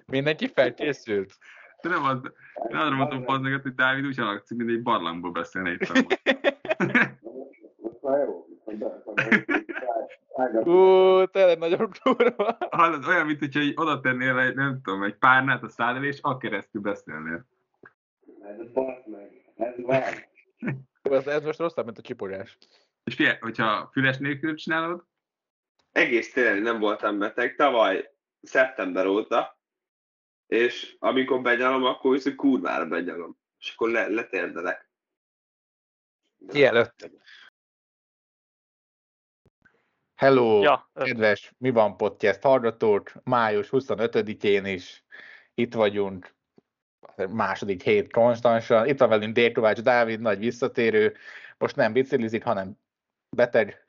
Mindenki felkészült. De nem az, én arra mondtam bazd hogy Dávid úgy halagszik, mint egy barlangból beszélne éppen most. Tényleg nagyon durva. Hallod, olyan, mint hogyha így oda tennél egy, nem tudom, egy párnát a szád elé, és a keresztül beszélnél. Ez most rosszabb, mint a csipogás. És figyelj, hogyha füles nélkül csinálod, Egész télen nem voltam beteg, tavaly szeptember óta, és amikor begyalom, akkor viszont kurvára begyalom. És akkor letérdelek. Mielőtt. Hello, Ja, kedves Mi van podcast hallgatók, május 25-én is itt vagyunk, második hét konstansan. Itt van velünk D. Kovács Dávid, nagy visszatérő, most nem biciklizik, hanem beteg.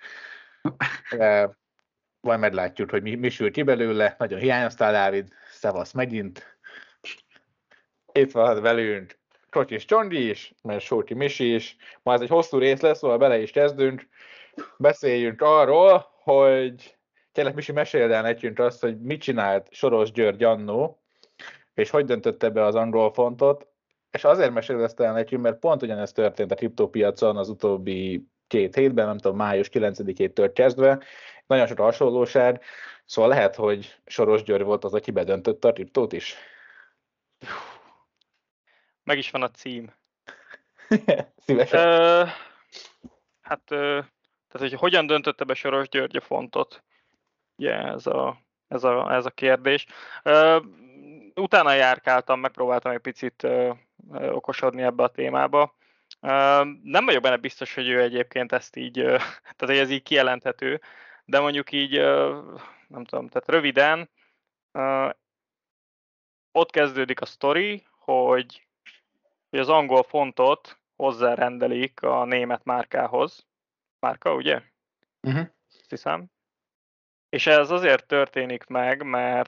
Majd meglátjuk, hogy mi sül ki belőle. Nagyon hiányoztál, Dávid, szevasz megint. Itt van velünk Kocsis Csondi is, mert Sóti Misi is. Ma ez egy hosszú rész lesz, szóval bele is kezdünk. Beszéljünk arról, hogy kérlek Misi, meséld el nekünk azt, hogy mit csinált Soros György annó, és hogy döntötte be az angol fontot, és azért meséld ezt el nekünk, mert pont ugyanezt történt a kriptópiacon az utóbbi 2 hétben, nem tudom, május 9-től kezdve, nagyon sok hasonlóság, szóval lehet, hogy Soros György volt az, aki bedöntötte a kriptót is. meg is van a cím. Szívesen. Tehát, hogy hogyan döntötte be Soros György a fontot? Ugye ez a kérdés. Utána járkáltam, megpróbáltam egy picit okosodni ebbe a témába. Nem vagyok benne biztos, hogy ő egyébként ezt így, tehát hogy ez így kijelenthető, de mondjuk így, nem tudom, tehát röviden, ott kezdődik a sztori, hogy az angol fontot hozzárendelik a német márkához. Márka, ugye? Uh-huh. Azt hiszem. És ez azért történik meg,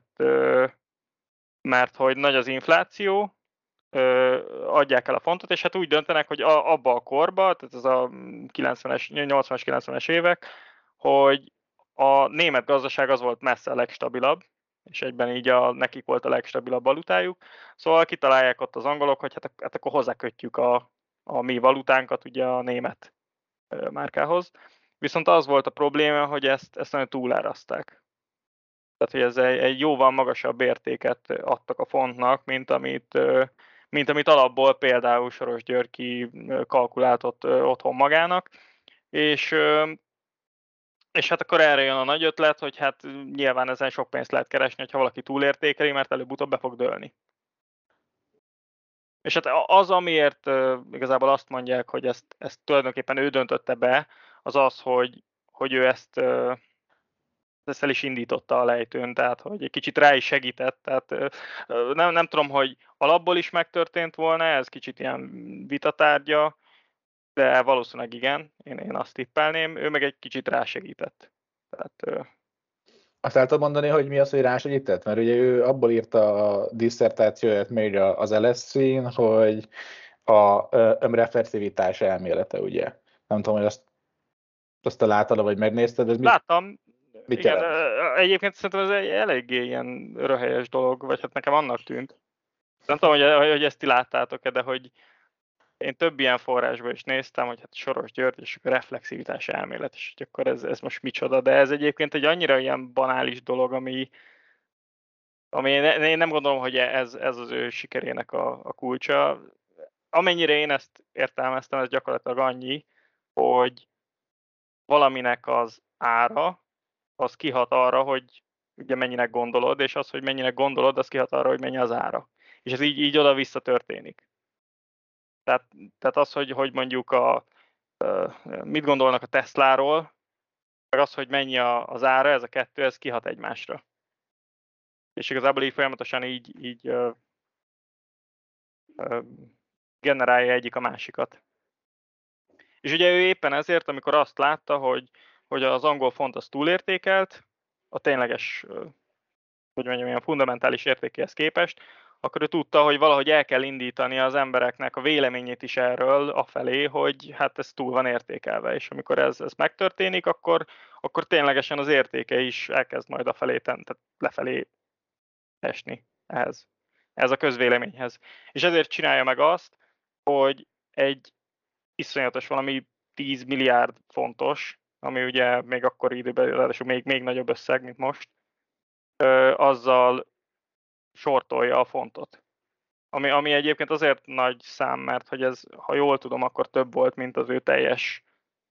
mert hogy nagy az infláció, adják el a fontot, és hát úgy döntenek, hogy abba a korba, tehát ez a 90-es, 80-as, 90-es évek, hogy a német gazdaság az volt messze a legstabilabb, és egyben így nekik volt a legstabilabb valutájuk. Szóval kitalálják ott az angolok, hogy hát akkor hozzákötjük a mi valutánkat ugye a német márkához. Viszont az volt a probléma, hogy ezt nagyon túláraszták. Tehát, hogy ez egy jóval magasabb értéket adtak a fontnak, mint amit alapból például Soros György kalkuláltott otthon magának. És hát akkor erre jön a nagy ötlet, hogy hát nyilván ezen sok pénzt lehet keresni, ha valaki túlértékeli, mert előbb-utóbb be fog dőlni. És hát az, amiért igazából azt mondják, hogy ezt tulajdonképpen ő döntötte be, az az, hogy ő ezt el is indította a lejtőn, tehát hogy egy kicsit rá is segített, tehát nem tudom, hogy alapból is megtörtént volna, ez kicsit ilyen vitatárgya, de valószínűleg igen, én azt tippelném, ő meg egy kicsit rásegített. Tehát, Azt el tudod mondani, hogy mi az, hogy rásegített? Mert ugye ő abból írta a disszertációját még az LSE-n, hogy a önreflexivitás elmélete, ugye. Nem tudom, hogy azt te láttad, vagy megnézted, ez láttam, mit igen, jelent? egyébként szerintem ez egy eléggé ilyen röhelyes dolog, vagy hát nekem annak tűnt. Nem tudom, hogy ezt ti láttátok-e, de hogy én több ilyen forrásból is néztem, hogy hát Soros György és a reflexivitás elmélet, és hogy akkor ez most micsoda, de ez egyébként egy annyira ilyen banális dolog, ami én nem gondolom, hogy ez az ő sikerének a kulcsa. Amennyire én ezt értelmeztem, ez gyakorlatilag annyi, hogy valaminek az ára, az kihat arra, hogy ugye mennyinek gondolod, és az, hogy mennyinek gondolod, az kihat arra, hogy mennyi az ára. És ez így oda-vissza történik. Tehát az, hogy mondjuk mit gondolnak a Tesláról, meg az, hogy mennyi az ára, ez a kettő, ez kihat egymásra. És igazából így folyamatosan így generálja egyik a másikat. És ugye ő éppen ezért, amikor azt látta, hogy az angol font az túlértékelt, a tényleges, hogy mondjam, ilyen fundamentális értékéhez képest, akkor ő tudta, hogy valahogy el kell indítani az embereknek a véleményét is erről afelé, hogy hát ez túl van értékelve, és amikor ez megtörténik, akkor ténylegesen az értéke is elkezd majd afelé, tehát lefelé esni. ehhez a közvéleményhez. És ezért csinálja meg azt, hogy egy iszonyatos valami 10 milliárd fontos, ami ugye még akkori időben, ráadásul még nagyobb összeg, mint most, azzal sortolja a fontot. Ami egyébként azért nagy szám, mert hogy ez, ha jól tudom, akkor több volt, mint az ő teljes,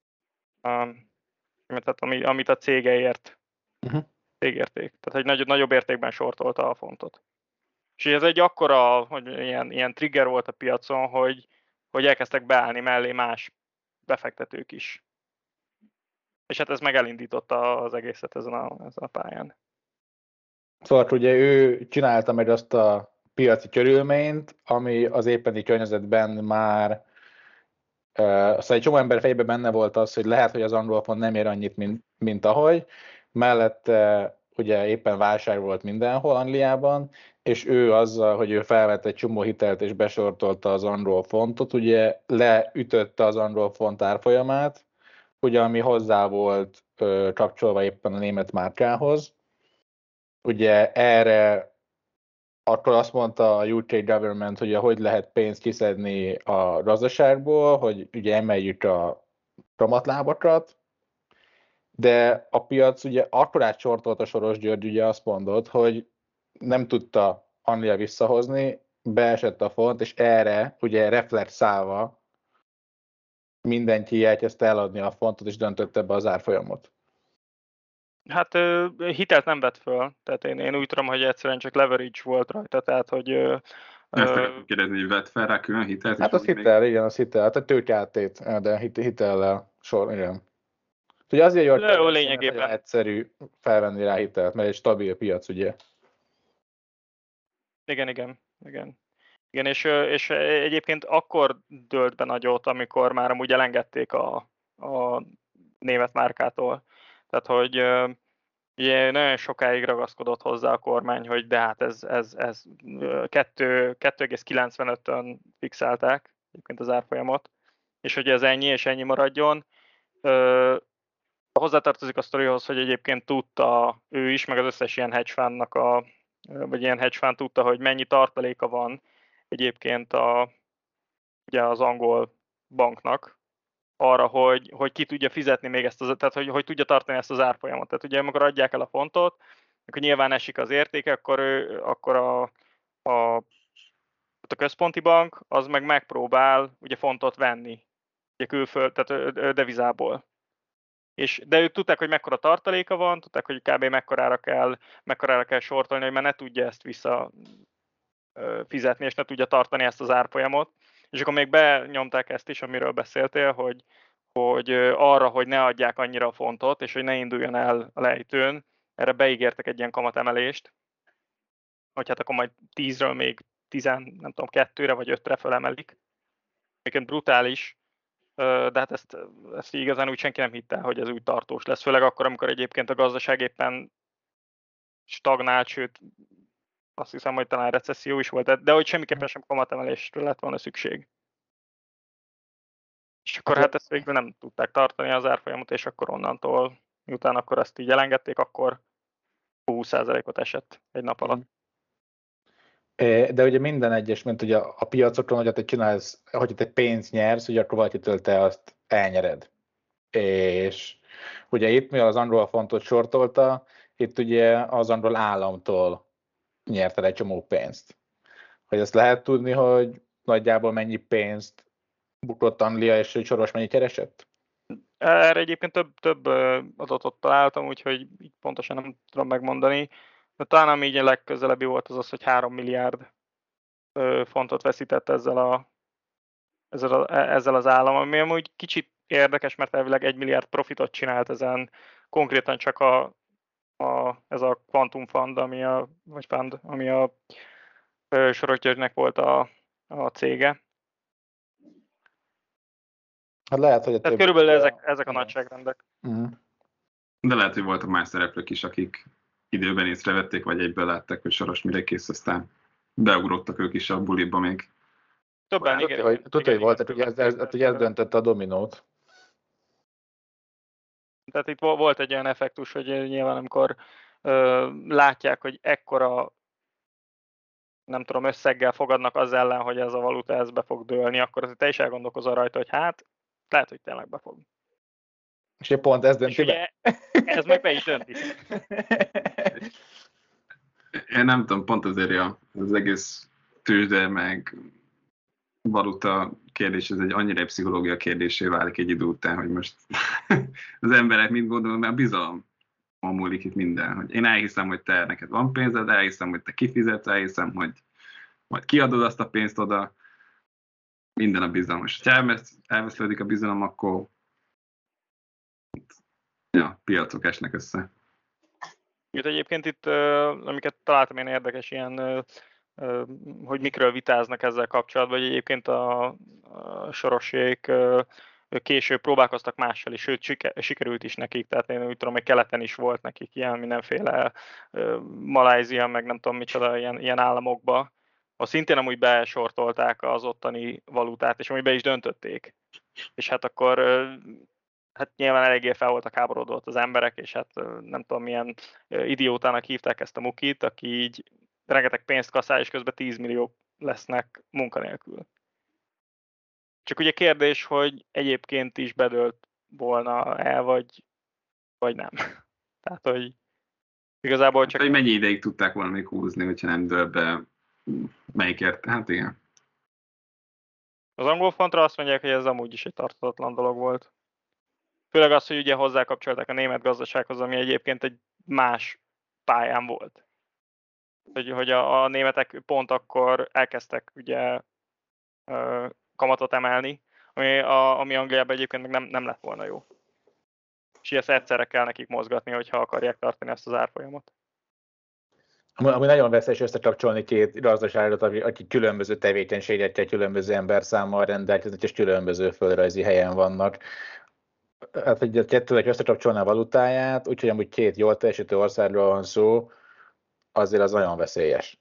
tehát amit a cégeért, cégérték. Tehát egy nagyobb értékben sortolta a fontot. És ez egy akkora, hogy ilyen trigger volt a piacon, hogy elkezdtek beállni mellé más befektetők is. És hát ez meg elindította az egészet ezen a pályán. Szóval ugye ő csinálta meg azt a piaci körülményt, ami az éppeni környezetben már szóval egy csomó ember fejében benne volt az, hogy lehet, hogy az angol font nem ér annyit, mint ahogy. Mellette ugye éppen válság volt mindenhol Angliában, és ő azzal, hogy ő felvett egy csomó hitelt és besortolta az angol fontot, ugye leütötte az angol font árfolyamát, ugye ami hozzá volt kapcsolva éppen a német márkához. Ugye erre akkor azt mondta a UK government, hogy lehet pénzt kiszedni a gazdaságból, hogy ugye emeljük a kamatlábakat, de a piac ugye akkorát sortolt a Soros György, ugye azt mondott, hogy nem tudta Anglia visszahozni, beesett a font, és erre ugye reflexálva mindenki elkezdte eladni a fontot, és döntötte be az árfolyamot. Hát hitelt nem vett föl, tehát én úgy tudom, hogy egyszerűen csak leverage volt rajta, tehát hogy... Ezt akartam kérdezni, hogy vett fel rá külön hitelt? Hát az hitel, igen, az hitel, hát a tőkeáttét, de hitellel sor, igen. Ugye azért jó lényegében nagyon egyszerű felvenni rá hitelt, mert egy stabil piac, ugye. Igen, és egyébként akkor dőlt be nagyot, amikor már amúgy elengedték a német márkától. Tehát, hogy ugye nagyon sokáig ragaszkodott hozzá a kormány, hogy de hát ez 2,95-ön fixálták egyébként az árfolyamot, és hogy ez ennyi és ennyi maradjon. Hozzátartozik a sztorihoz, hogy egyébként tudta ő is, meg az összes ilyen hedge fundnak vagy ilyen hedge fund tudta, hogy mennyi tartaléka van egyébként ugye az angol banknak arra, hogy ki tudja fizetni még ezt, tehát hogy tudja tartani ezt az árfolyamot. Tehát ugye amikor adják el a fontot, akkor nyilván esik az értéke, akkor a központi bank az meg megpróbál ugye fontot venni, ugye tehát devizából. De ők tudták, hogy mekkora tartaléka van, tudták, hogy kb. mekkorára kell sortolni, hogy már ne tudja ezt vissza fizetni, és ne tudja tartani ezt az árfolyamot. És akkor még benyomták ezt is, amiről beszéltél, hogy arra, hogy ne adják annyira a fontot, és hogy ne induljon el a lejtőn, erre beígértek egy ilyen kamatemelést, hogy hát akkor majd 10-ről még nem tudom, 2-re vagy 5-re fölemelik. Egyébként brutális, de hát ezt igazán úgy senki nem hitte, hogy ez úgy tartós lesz, főleg akkor, amikor egyébként a gazdaság éppen stagnált, sőt, azt hiszem, hogy talán recesszió is volt, de hogy semmiképpen sem kamatemelésre lett volna szükség. És akkor hát ezt végül nem tudták tartani az árfolyamot, és akkor onnantól, miután akkor ezt így elengedték, akkor 20%-ot esett egy nap alatt. De ugye minden egyes, mint ugye a piacokon, hogy te csinálsz, hogy te pénzt nyersz, ugye akkor valakitől te azt elnyered. És ugye itt, mivel az angol fontot sortolta, itt ugye az angol államtól nyerte egy csomó pénzt. Hogy ezt lehet tudni, hogy nagyjából mennyi pénzt bukott Anglia, és hogy Soros mennyit keresett? Erre egyébként több adatot találtam, úgyhogy így pontosan nem tudom megmondani. De talán ami így a legközelebbi volt az, hogy 3 milliárd fontot veszített ezzel az állam, ami amúgy kicsit érdekes, mert elvileg 1 milliárd profitot csinált ezen, konkrétan csak ez a Quantum Fund, ami a Soros Györgynek volt a cége. Hát lehet, hogy tehát körülbelül ezek a nagyságrendek. De lehet, hogy voltak más szereplők is, akik időben észrevették, vagy egyből látták, hogy Soros mire kész, aztán beugrottak ők is a buliba még. Többen, igen. Tudja, hogy voltak, hogy ez döntött a dominót. Tehát itt volt egy olyan effektus, hogy nyilván amikor látják, hogy ekkora nem tudom, összeggel fogadnak az ellen, hogy ez a valuta ez be fog dőlni, akkor azért te is elgondolkozol rajta, hogy hát lehet, hogy tényleg be fog. És pont ez És dönti ugye ez meg be is dönti. Én nem tudom, pont azért az egész tőzsde meg valuta kérdés, ez egy annyira pszichológia kérdésé válik egy idő után, hogy most az emberek mit gondolnak, mert a bizalom múlik itt minden. Hogy én elhiszem, hogy te neked van pénzed, elhiszem, hogy te kifizetsz, elhiszem, hogy majd kiadod azt a pénzt oda, minden a bizalom. És ha elveszlődik a bizalom, akkor piacok esnek össze. Egyébként itt, amiket találtam én érdekes, ilyen, hogy mikről vitáznak ezzel kapcsolatban, hogy egyébként a Sorosék később próbálkoztak mással is, sőt sikerült is nekik, tehát én úgy tudom, hogy keleten is volt nekik ilyen mindenféle Malajzia, meg nem tudom micsoda, ilyen államokba, ahol szintén amúgy besortolták az ottani valutát, és amúgy be is döntötték. És hát akkor hát nyilván eléggé fel voltak háborodott az emberek, és hát nem tudom milyen idiótának hívták ezt a mukit, aki így rengeteg pénzt kaszál, és közben 10 millió lesznek munkanélkül. Csak ugye kérdés, hogy egyébként is bedőlt volna el, vagy nem. Tehát, hogy igazából csak... Hát, hogy mennyi ideig tudták volna még húzni, hogyha nem dől be melyikért? Hát igen. Az angol fontra azt mondják, hogy ez amúgy is egy tartatatlan dolog volt. Főleg az, hogy ugye hozzákapcsolták a német gazdasághoz, ami egyébként egy más pályán volt. Hogy a németek pont akkor elkezdtek ugye kamatot emelni, ami Angliában egyébként meg nem lett volna jó. És ezt egyszerre kell nekik mozgatni, hogyha akarják tartani ezt az árfolyamot. Ami nagyon veszélyes összekapcsolni két gazdaságot, akik különböző tevékenységekkel, különböző emberszámmal rendelkeznek, és különböző földrajzi helyen vannak. Hát, hogy a kettőnek összekapcsolni a valutáját, úgyhogy amúgy két jól teljesítő országról van szó, azért az nagyon veszélyes.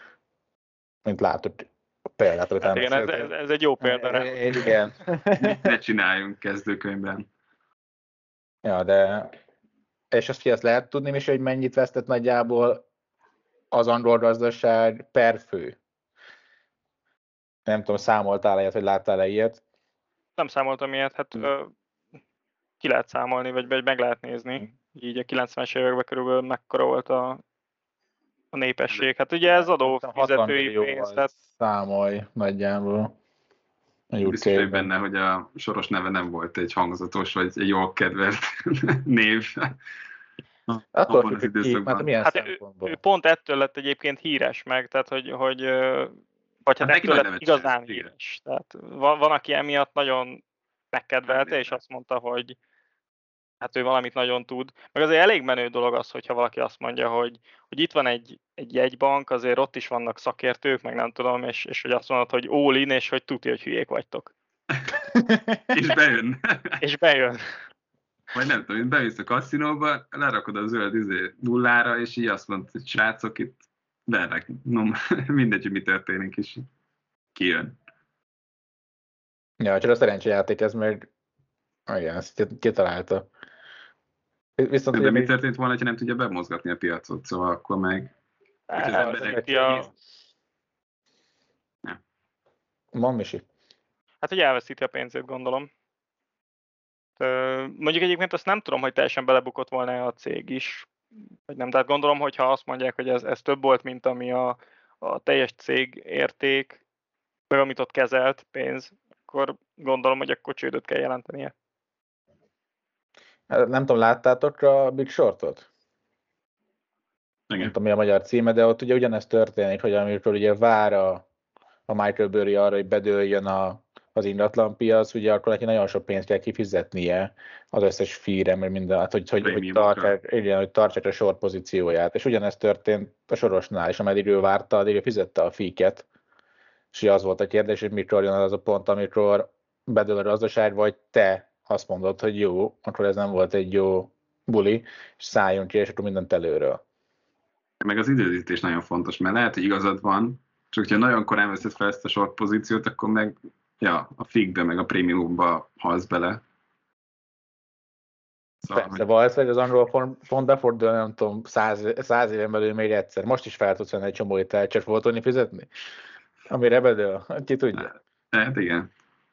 Mint látod, példát, amit hát igen, ez egy jó példa rá. Igen. Ne csináljunk kezdőkönyvben. Ja, de... És azt lehet tudni is, hogy mennyit vesztett nagyjából az angol gazdaság per fő? Nem tudom, számoltál ilyet, vagy láttál ilyet? Nem számoltam ilyet, hát ki lehet számolni, vagy meg lehet nézni. Így a 90-es években körülbelül mekkora volt a népesség. Hát ugye ez adófizetői pénz. Tehát... Számolj nagyjából. Biztos vagy benne, hogy a Soros neve nem volt egy hangzatos, vagy egy jól kedvelt név. Attól függ, ki, hát ő pont ettől lett egyébként híres meg, tehát hogy hát ettől lett igazán híres. Tehát van, aki emiatt nagyon megkedvelte, és azt mondta, hogy hát ő valamit nagyon tud. Meg azért elég menő dolog az, hogyha valaki azt mondja, hogy itt van egy jegybank, azért ott is vannak szakértők, meg nem tudom, és hogy azt mondod, hogy all in, és hogy tudja, hogy hülyék vagytok. És bejön. És bejön. Vagy nem tudom, bemész a kaszinóba, lerakod a zöld nullára, és így azt mondod, hogy srácok, itt mindegy, hogy mi történik, és kijön. Ja, csak a szerencsejáték, ez meg igen, ezt kitalálta. Viszont de mi történt volna, ha nem tudja bemozgatni a piacot, szóval akkor meg... Mondd, Misi. Hát, hogy elveszíti a pénzét, gondolom. Mondjuk egyébként azt nem tudom, hogy teljesen belebukott volna a cég is, vagy nem. Tehát gondolom, hogyha azt mondják, hogy ez több volt, mint ami a teljes cég érték, meg amit ott kezelt pénz, akkor gondolom, hogy akkor csődöt kell jelentenie. Nem tudom, láttátok a Big Shortot? Igen. Nem tudom, mi a magyar címe, de ott ugye ugyanezt történik, hogy amikor ugye vár a Michael Burry arra, hogy bedőljön az ingatlanpiac, ugye akkor neki nagyon sok pénzt kell kifizetnie az összes fee-re, mert minden, hát, hogy tartsák a short pozícióját. És ugyanezt történt a Sorosnál is, ameddig ő várta, addig ő fizette a fee-ket. És az volt a kérdés, hogy mikor jön az a pont, amikor bedől a gazdaság, vagy te azt mondod, hogy jó, akkor ez nem volt egy jó buli, és szálljon ki, és akkor mindent előről. Meg az időzítés nagyon fontos, mert lehet, hogy igazad van, csak hogyha nagyon korán veszed fel ezt a short pozíciót, akkor meg a figbe, meg a prémiumba halsz bele. Szóval, Persze, valószínűleg az angol pont befordul, nem tudom, 100 éven belül még egyszer. Most is fel tudsz venni egy csomó ételt, csak volt tudni fizetni? Amire bedől, ki tudja. Hát igen.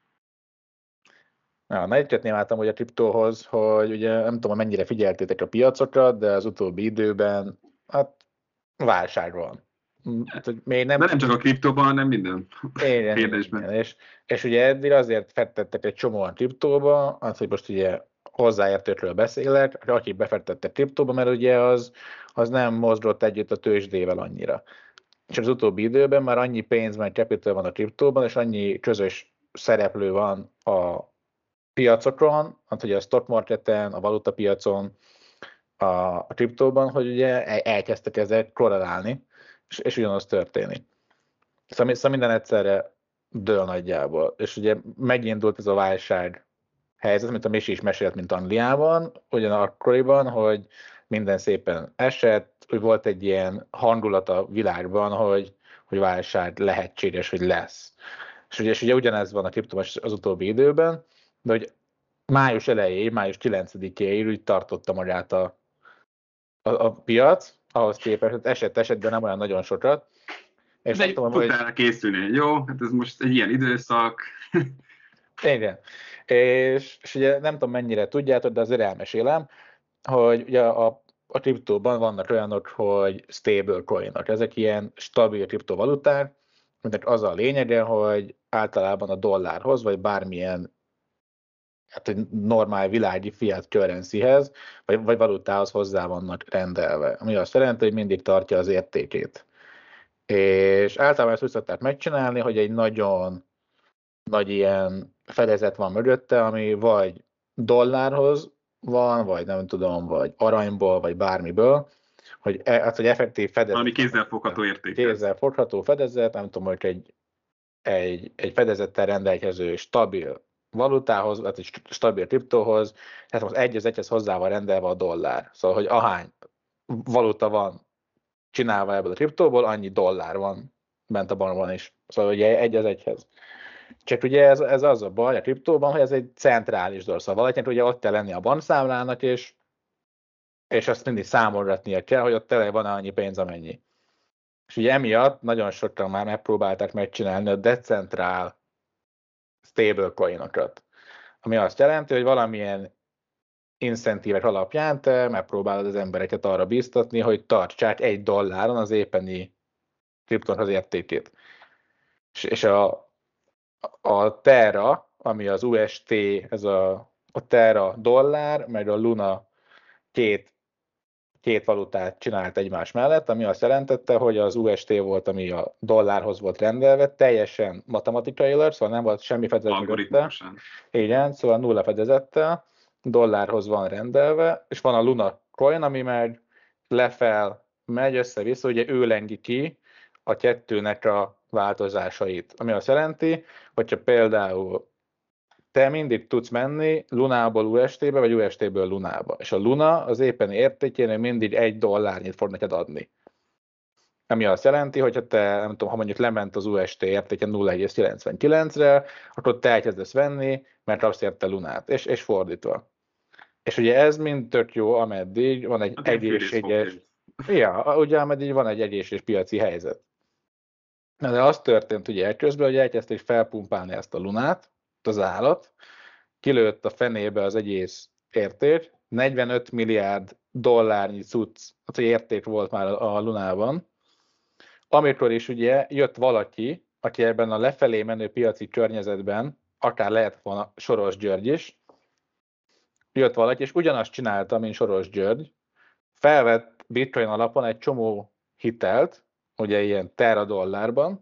Na egyetlen láttam, hogy a kriptóhoz, hogy ugye nem tudom, mennyire figyeltétek a piacokat, de az utóbbi időben hát válság van. Hát, még nem... De nem csak a kriptóban, hanem minden kérdésben. És ugye eddig azért fektettek egy csomóan kriptóba, az, hogy most ugye hozzáértőkről beszélek, aki befektettek kriptóba, mert ugye az nem mozgott együtt a tőzsdével annyira. És az utóbbi időben már annyi pénz, meg capital van a kriptóban, és annyi közös szereplő van a piacokon, hát ugye a stock marketen, a valutapiacon, a kriptóban, hogy ugye elkezdtek ezzel korrelálni, és ugyanaz történik. Szóval minden egyszerre dől nagyjából. És ugye megindult ez a válság helyzet, mint a Misi is mesélt, mint Angliában, ugyanakkoriban, hogy minden szépen esett, hogy volt egy ilyen hangulat a világban, hogy válság lehetséges, hogy lesz. És ugye ugyanez van a kriptóban az utóbbi időben, de hogy május elejéig, május 9-éig úgy tartotta magát a piac, ahhoz képest esett, de nem olyan nagyon sokat. És de tudtál készülni, jó? Hát ez most egy ilyen időszak. Igen. És ugye nem tudom mennyire tudjátok, de azért elmesélem, hogy ugye a kriptóban vannak olyanok, hogy stablecoinok. Ezek ilyen stabil kriptovaluták, aminek az a lényege, hogy általában a dollárhoz, vagy bármilyen hát egy normál világi fiat currencyhez, vagy valutához hozzá vannak rendelve. Ami azt jelenti, hogy mindig tartja az értékét. És általában ezt úgy szokták megcsinálni, hogy egy nagyon nagy ilyen fedezet van mögötte, ami vagy dollárhoz van, vagy nem tudom, vagy aranyból, vagy bármiből, hogy effektív fedezet. Ami kézzelfogható érték. Kézzelfogható fedezet, nem tudom, hogy egy fedezettel rendelkező stabil valutához, vagy egy stabil kriptóhoz, tehát most egy az egyhez hozzá van rendelve a dollár. Szóval, hogy ahány valuta van csinálva ebből a kriptóból, annyi dollár van bent a bankban is. Szóval ugye egy az egyhez. Csak ugye ez az a baj a kriptóban, hogy ez egy centrális dolog. Szóval valakinek ugye ott kell lenni a bankszámlának, és azt mindig számolgatnia kell, hogy ott tényleg van annyi pénz, amennyi. És ugye emiatt nagyon sokan már megpróbálták megcsinálni a decentrál stablecoinokat. Ami azt jelenti, hogy valamilyen incentívek alapján te megpróbálod az embereket arra bíztatni, hogy tartsák $1 az éppeni kriptónak az értékét. És a Terra, ami az UST, ez a Terra dollár, meg a Luna két valutát csinált egymás mellett, ami azt jelentette, hogy az UST volt, ami a dollárhoz volt rendelve, teljesen matematikailag, szóval nem volt semmi fedezet. Igen, szóval nulla fedezettel, dollárhoz van rendelve, és van a Luna coin, ami meg lefel, megy össze-vissza, ugye ő lengi ki a kettőnek a változásait. Ami azt jelenti, hogyha például te mindig tudsz menni Lunából UST-be, vagy UST-ből Lunába. És a Luna az éppen értékénél mindig $1 fog neked adni. Ami azt jelenti, hogyha te, nem tudom, ha mondjuk lement az UST értéke 0,99-re, akkor te elkezdesz venni, mert azt érte Lunát, és fordítva. És ugye ez mind tök jó, ameddig van egy egészséges... Ja, ugye ameddig van egy egészséges piaci helyzet. Na, de az történt ugye közben, hogy elkezdték felpumpálni ezt a Lunát, az állat, kilőtt a fenébe az egész érték, 45 milliárd dollárnyi cucc, az érték volt már a Lunában, amikor is ugye jött valaki, aki ebben a lefelé menő piaci környezetben, akár lehet volna Soros György is, jött valaki, és ugyanazt csinálta, mint Soros György, felvett bitcoin alapon egy csomó hitelt, ugye ilyen Terra dollárban,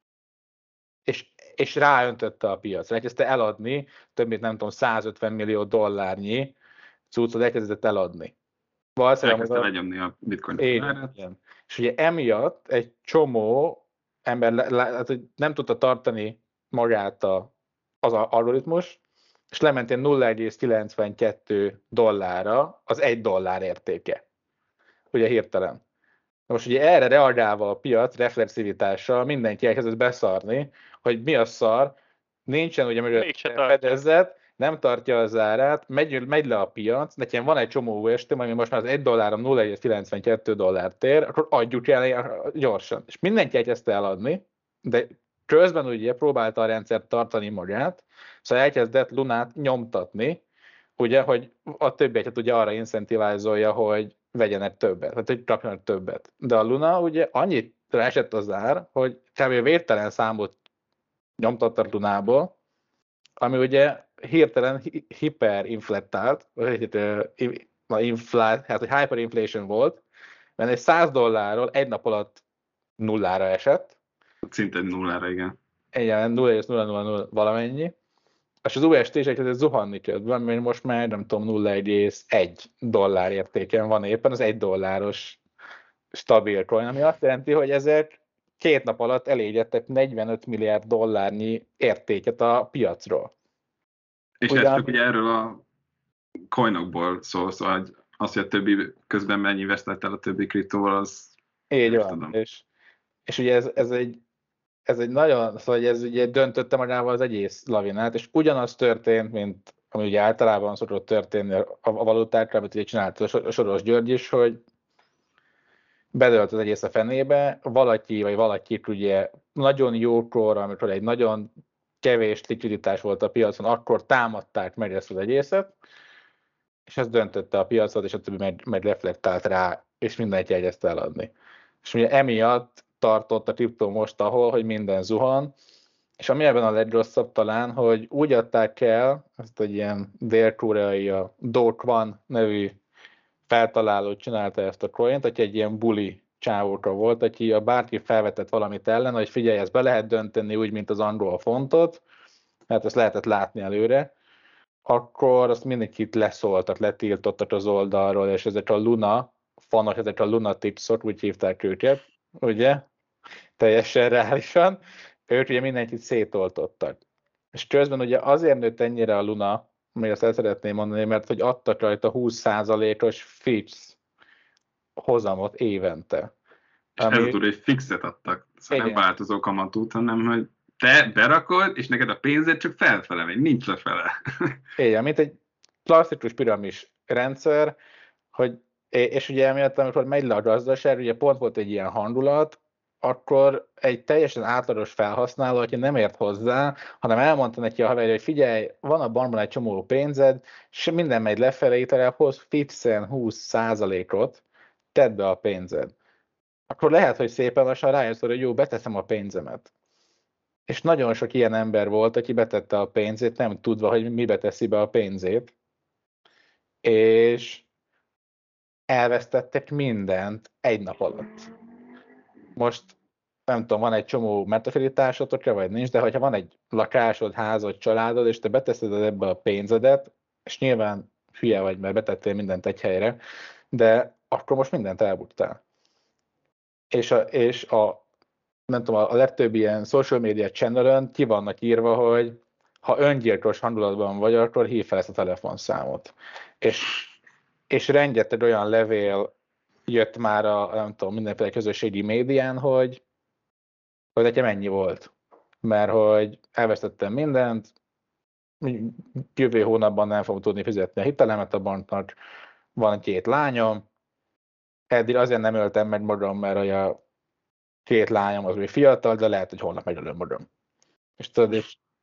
és ráöntötte a piacra. Elkezdte eladni, több mint nem tudom, 150 millió dollárnyi cuccot elkezdett eladni. Elkezdte legyomni a bitcoin. Igen. És ugye emiatt egy csomó ember nem tudta tartani magát az algoritmus, és lement ilyen $0,92 az $1 értéke. Ugye hirtelen. Most ugye erre reagálva a piac reflexivitással mindenki elkezdett beszarni, hogy mi a szar, nincsen ugye mögött fedezet, nem tartya az árát, megy le a piac, nekem van egy csomó UST, ami most már az $1 $0,92 ér, akkor adjuk el gyorsan. És mindenki elkezdte eladni, de közben ugye próbálta a rendszer tartani magát, szóval elkezdett Lunát nyomtatni, ugye, hogy a többieket ugye arra incentivizolja, hogy vegyenek többet, tehát hogy kapjanak többet. De a Luna ugye annyit esett az ár, hogy kb. Végtelen számot nyomtattak Lunából, ami ugye hirtelen hiperinflettált, hát hogy hyperinflation volt, mert egy $100 egy nap alatt nullára esett. Szinte nullára, igen. Igen, 0,000 valamennyi. És az UST is egy zuhanni közben, mert most már nem tudom, $0,1 értéken van éppen, az $1 stabil coin, ami azt jelenti, hogy ezek 2 nap alatt elégettek $45 milliárd értéket a piacról. És ez csak ugye erről a coinokból szól, szóval az, hogy a többi közben mennyi vesztett el a többi kriptóval, az... Így van, és ugye ez egy nagyon, szóval ez ugye döntötte magával az egész lavinát, és ugyanaz történt, mint ami ugye általában szokott történni a valutákra, amit ugye csinált a Soros György is, hogy bedölt az egész a fenébe, valakit ugye nagyon jókor, amikor egy nagyon kevés likviditás volt a piacon, akkor támadták meg ezt az egészet, és ez döntötte a piacot, és a többi meg reflektált rá, és mindenki elkezdte eladni. És ugye emiatt tartott a kriptó most ahol, hogy minden zuhan, és ami ebben a legrosszabb talán, hogy úgy adták el, ezt egy ilyen dél-koreai, a Do Kwon nevű feltaláló csinálta ezt a coint, aki egy ilyen bully csávóka volt, aki a bárki felvetett valamit ellen, hogy figyelj, ezt be lehet dönteni úgy, mint az angol fontot, mert ezt lehetett látni előre, akkor azt mindenkit leszóltak, letiltottak az oldalról, és ezek a Luna fanok, ezek a lunaticsok, úgy hívták őket, ugye, teljesen reálisan, ők ugye mindenkit szétoltottak. És közben ugye azért nőtt ennyire a Luna, még azt el szeretném mondani, mert hogy adtak rajta 20%-os fix hozamot évente. És ezután egy fixet adtak, szóval nem változó kamatút, hanem hogy te berakod, és neked a pénzed csak felfele megy, nincs lefele. Igen, mint egy klasszikus piramis rendszer, hogy, és ugye emiatt, amikor megy le a gazdaság, ugye pont volt egy ilyen hangulat, akkor egy teljesen átlagos felhasználó, aki nem ért hozzá, hanem elmondta neki a haverja, hogy figyelj, van a bankban egy csomó pénzed, és minden megy lefelé, talán hoz fixen 20%-ot, tedd be a pénzed. Akkor lehet, hogy szépen lassan rájössz, hogy jó, beteszem a pénzemet. És nagyon sok ilyen ember volt, aki betette a pénzét, nem tudva, hogy mibe teszi be a pénzét. És elvesztettek mindent egy nap alatt. Most nem tudom, van egy csomó metafilitásotok, vagy nincs, de hogyha van egy lakásod, házad, családod, és te beteszed ebbe a pénzedet, és nyilván hülye vagy, mert betettél mindent egy helyre, de akkor most mindent elbuktál. És nem tudom, a legtöbb ilyen social media channelön ki vannak írva, hogy ha öngyilkos hangulatban vagy, akkor hív fel ezt a telefonszámot. És rengeteg olyan levél jött már nem tudom, mindenféle közösségi médián, hogy nekem ennyi volt. Mert hogy elvesztettem mindent, jövő hónapban nem fogom tudni fizetni a hitelemet a banknak, van 2 lányom, eddig azért nem öltem meg magam, mert a 2 lányom az még fiatal, de lehet, hogy holnap megölöm magam. És tudod,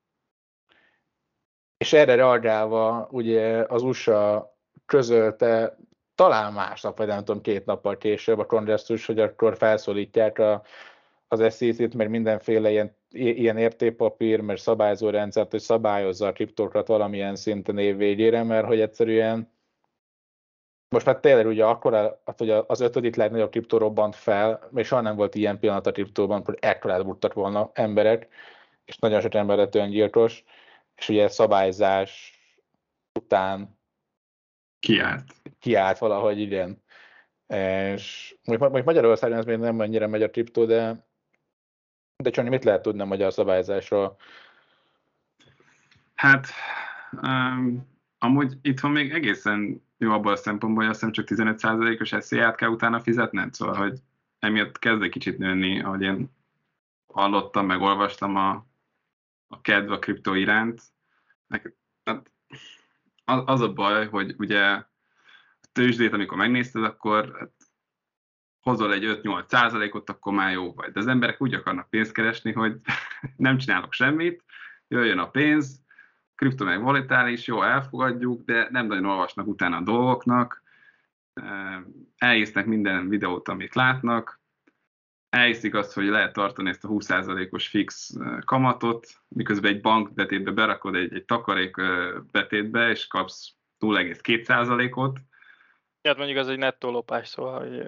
és erre reagálva ugye az USA közölte talán másnap, vagy nem tudom, 2 nappal később a kongresszus, hogy akkor felszólítják az SEC-t, mert mindenféle ilyen értékpapír, mert szabályozó rendszert, hogy szabályozza a kriptókat valamilyen szinten év végére, mert hogy egyszerűen most már tényleg ugye akkor, hogy az 5. legnagyobb kriptó robbant fel, még soha nem volt ilyen pillanat a kriptóban, hogy ekkorát buktak volna emberek, és nagyon sok ember lett öngyilkos, és ugye szabályzás után kiállt valahogy, igen. És mondjuk Magyarországon ez még nem annyira megy a kriptó, de Csonyi, mit lehet tudni a magyar szabályzásról? Hát, amúgy itthon még egészen jó abban a szempontból, hogy azt hiszem csak 15%-os SZIA-t kell utána fizetned, szóval, hogy emiatt kezd egy kicsit nőni, ahogy én hallottam, meg olvastam a kedv a kriptó iránt. Hát az a baj, hogy ugye a tőzsdét, amikor megnézted, akkor hát, hozol egy 5-8%-ot, akkor már jó vagy. De az emberek úgy akarnak pénzt keresni, hogy nem csinálok semmit, jöjjön a pénz, kripto meg volatális, jó, elfogadjuk, de nem nagyon olvasnak utána a dolgoknak, elhisznek minden videót, amit látnak, elhiszik azt, hogy lehet tartani ezt a 20%-os fix kamatot, miközben egy bankbetétbe berakod egy takarék betétbe, és kapsz 0,2%-ot. Hát mondjuk az egy nettó lopás, szóval, hogy...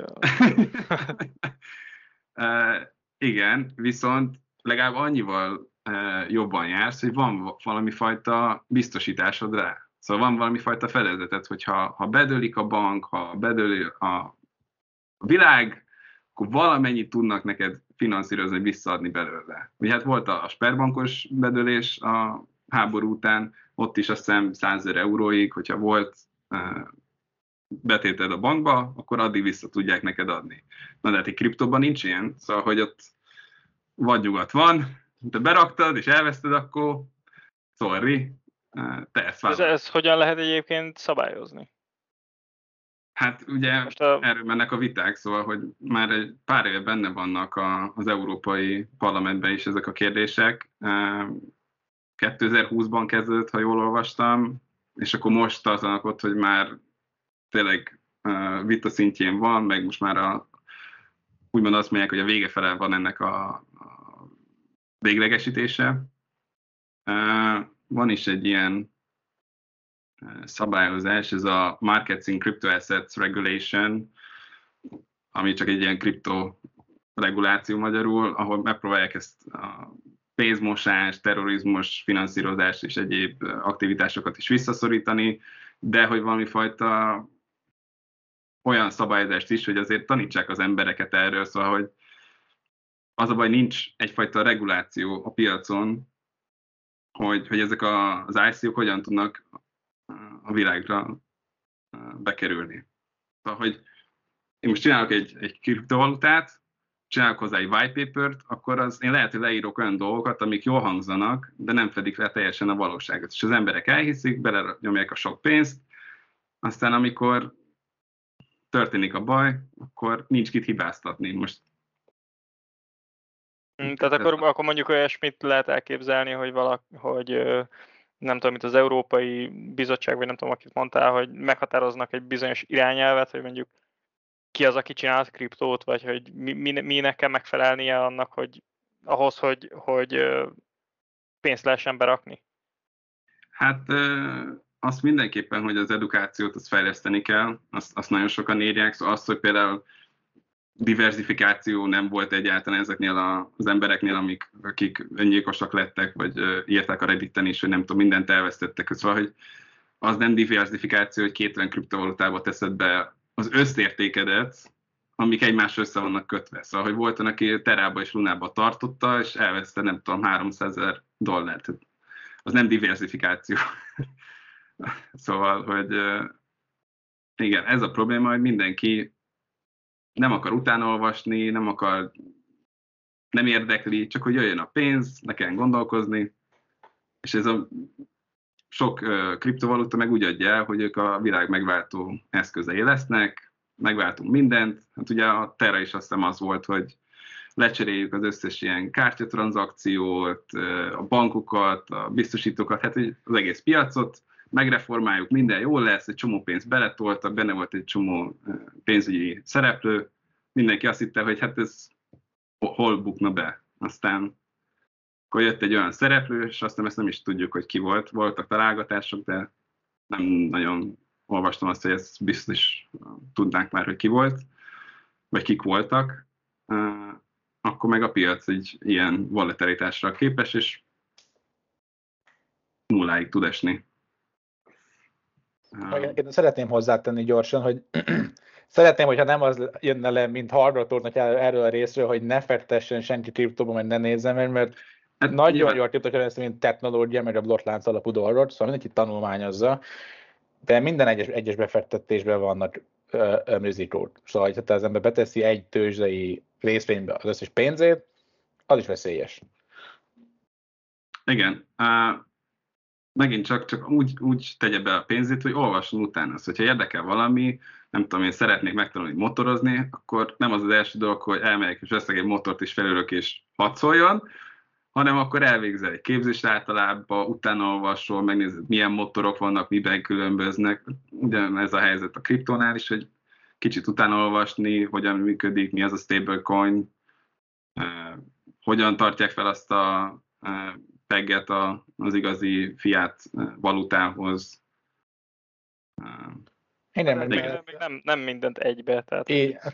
Igen, viszont legalább annyival jobban jársz, hogy van valami fajta biztosításod rá. Szóval van valami fajta fedezeted, hogyha bedőlik a bank, ha bedőlik a világ, akkor valamennyit tudnak neked finanszírozni, visszaadni belőle. Ugye hát volt a sperbankos bedőlés a háború után, ott is azt hiszem 100 000 euróig, hogyha volt betéted a bankba, akkor addig vissza tudják neked adni. Na de hát egy kriptóban nincs ilyen, szóval hogy ott vagy nyugat van, te beraktad és elveszted, akkor sorry, te ezt vállalod. Ez hogyan lehet egyébként szabályozni? Hát ugye erről mennek a viták, szóval, hogy már egy pár éve benne vannak az Európai Parlamentben is ezek a kérdések. 2020-ban kezdődött, ha jól olvastam, és akkor most tartanak ott, hogy már tényleg vita szintjén van, meg most már úgymond azt mondják, hogy a vége fele van ennek a véglegesítése. Van is egy ilyen szabályozás, ez a Markets in Crypto Assets Regulation, ami csak egy ilyen kripto reguláció magyarul, ahol megpróbálják ezt a pénzmosás, terrorizmus, finanszírozás és egyéb aktivitásokat is visszaszorítani, de hogy valami fajta olyan szabályozást is, hogy azért tanítsák az embereket erről, szóval, hogy az a baj, nincs egyfajta reguláció a piacon, hogy ezek az ICO-k hogyan tudnak a világra bekerülni. Szóval, hogy én most csinálok egy kriptovalutát, csinálok hozzá egy white papert, akkor én lehet, hogy leírok olyan dolgokat, amik jól hangzanak, de nem fedik le teljesen a valóságot. És az emberek elhiszik, belenyomják a sok pénzt, aztán amikor történik a baj, akkor nincs kit hibáztatni. Most tehát akkor mondjuk olyasmit lehet elképzelni, hogy nem tudom, mint az Európai Bizottság, vagy nem tudom, akit mondtál, hogy meghatároznak egy bizonyos irányelvet, hogy mondjuk ki az, aki csinált kriptót, vagy hogy minek kell megfelelnie annak, hogy ahhoz, hogy pénzt lehessen berakni? Hát azt mindenképpen, hogy az edukációt azt fejleszteni kell, azt nagyon sokan írják, szóval azt, hogy például diversifikáció nem volt egyáltalán ezeknél az embereknél, akik öngyilkosak lettek, vagy írták a Redditen is, hogy nem tudom, mindent elvesztettek. Szóval, hogy az nem diversifikáció, hogy két olyan kriptovalutába teszed be az összértékedet, amik egymásra össze vannak kötve. Szóval, hogy volt, aki terába és lunába tartotta, és elveszte, nem tudom, $300 000. Az nem diversifikáció. Szóval, hogy igen, ez a probléma, hogy mindenki nem akar utánolvasni, nem érdekli, csak hogy jöjjön a pénz, ne kell gondolkozni, és ez a sok kriptovaluta meg úgy adja el, hogy ők a világ megváltó eszközei lesznek, megváltunk mindent. Hát ugye a Terra is azt hiszem az volt, hogy lecseréljük az összes ilyen kártyatranzakciót, a bankokat, a biztosítókat, hát az egész piacot, megreformáljuk, minden jól lesz, egy csomó pénzt beletoltak, benne volt egy csomó pénzügyi szereplő, mindenki azt hitte, hogy hát ez hol bukna be. Aztán akkor jött egy olyan szereplő, és aztán ezt nem is tudjuk, hogy ki volt. Voltak találgatások, de nem nagyon olvastam azt, hogy ezt biztos tudnánk már, hogy ki volt, vagy kik voltak. Akkor meg a piac egy ilyen volatilitásra képes, és nulláig tud esni. Én szeretném hozzátenni gyorsan, hogy szeretném, hogyha nem az jönne le, mint hallgatóknak erről a részről, hogy ne fektessen senki kriptóban, meg ne nézzem, mert hát nagyon jól kriptóban ezt, mint technológia, meg a blokklánc alapú dolgot, szóval mindenki tanulmányozza, de minden egyes befektetésben vannak rizikók. Szóval, ha az ember beteszi egy tőzsdei részvénybe az összes pénzét, az is veszélyes. Igen. megint csak úgy tegye be a pénzét, hogy olvasson utána. Szóval, hogyha érdekel valami, nem tudom, én szeretnék megtanulni motorozni, akkor nem az első dolog, hogy elmegyek és veszek egy motort és felülök és hadszoljon, hanem akkor elvégzel egy képzést általában, utána olvasol, megnézed, milyen motorok vannak, miben különböznek. Ugyanez a helyzet a kriptónál is, hogy kicsit utána olvasni, hogyan működik, mi az a stablecoin, hogyan tartják fel azt a pegget az igazi fiat valutához. Nem mindent egybe. Tehát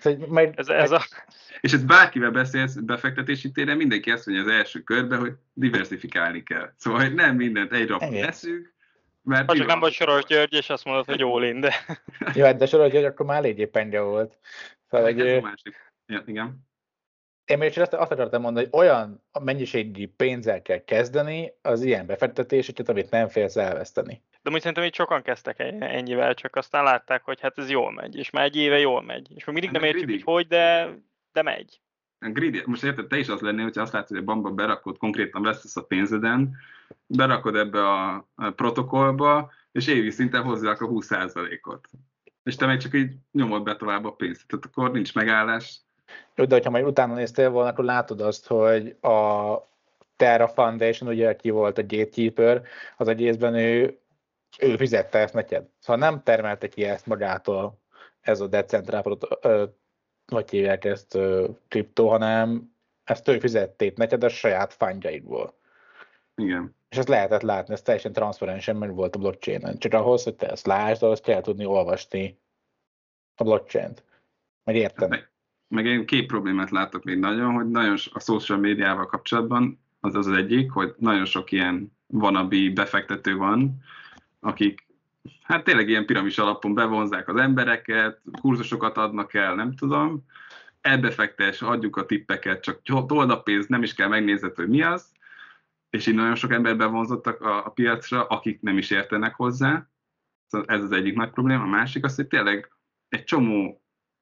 És ez bárkivel beszélsz befektetési téren, mindenki azt mondja az első körben, hogy diversifikálni kell. Szóval hogy nem mindent egy rapot teszünk. Ha csak nem vagy Soros György, és azt mondod, hogy all in, de... Jó, de Soros György akkor már eléggé penge volt. Szóval, ez a másik. Ja, igen. Én még azt akartam mondani, hogy olyan mennyiségi pénzzel kell kezdeni az ilyen befektetéseket, amit nem félsz elveszteni. De úgy szerintem itt sokan kezdtek ennyivel, csak aztán látták, hogy hát ez jól megy, és már egy éve jól megy. És még mindig nem értjük, hogy de megy. Greedy. Most érted, te is az lennél, hogyha azt látod, hogy a bankba berakod, konkrétan vesztesz a pénzeden, berakod ebbe a protokollba, és évi szinten hozzák a 20%-ot. És te meg csak így nyomod be tovább a pénzt. Tehát akkor nincs megállás. Jó, de hogyha majd utána néztél volna, akkor látod azt, hogy a Terra Foundation, ugye ki volt a gatekeeper, az egészben ő fizette ezt neked. Szóval nem termelte ki ezt magától ez a decentral, hogy hívják ezt kriptó, hanem ezt ő fizették neked a saját fundjaidból. Igen. És ezt lehetett látni, ez teljesen transzparensen meg volt a blockchainen. Csak ahhoz, hogy te ezt lásd, ahhoz kell tudni olvasni a blockchain-t. Meg érteni. Meg én két problémát látok még nagyon, hogy nagyon a social médiával kapcsolatban az egyik, hogy nagyon sok ilyen wannabe befektető van, akik hát tényleg ilyen piramis alapon bevonzák az embereket, kurzusokat adnak el, nem tudom, elbefektes, adjuk a tippeket, csak told a pénzt, nem is kell megnézned, hogy mi az, és így nagyon sok ember bevonzottak a piacra, akik nem is értenek hozzá. Ez az egyik nagy probléma. A másik az, hogy tényleg egy csomó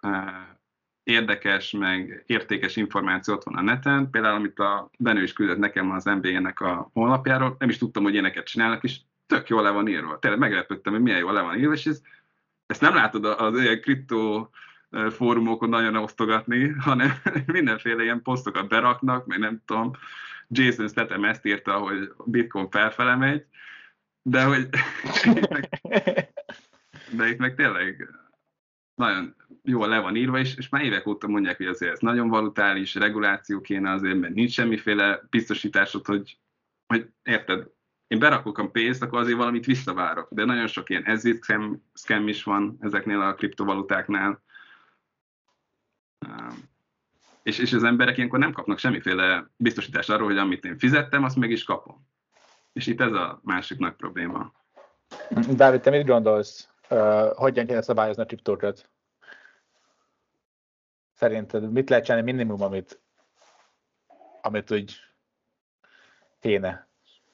érdekes, meg értékes információ ott van a neten, például amit a Benő is küldött nekem az NBA-nek a honlapjáról, nem is tudtam, hogy ilyeneket csinálnak, és tök jól le van írva. Tényleg meglepődtem, hogy milyen jól le van írva, és ezt nem látod az ilyen kriptó fórumokon nagyon osztogatni, hanem mindenféle ilyen posztokat beraknak, meg nem tudom, Jason Statham ezt írta, hogy a Bitcoin felfele megy, de hogy de itt meg tényleg nagyon jól le van írva, és már évek óta mondják, hogy azért ez nagyon valutális, reguláció kéne azért, mert nincs semmiféle biztosításod, hogy érted, én berakok a pénzt, akkor azért valamit visszavárok, de nagyon sok ilyen exit scam is van ezeknél a kriptovalutáknál. És az emberek ilyenkor nem kapnak semmiféle biztosítást arról, hogy amit én fizettem, azt meg is kapom. És itt ez a másik nagy probléma. Dávid, te mit gondolsz? Hogyan kéne szabályozni a kriptókat? Szerinted mit lehet csinálni minimum, amit úgy kéne?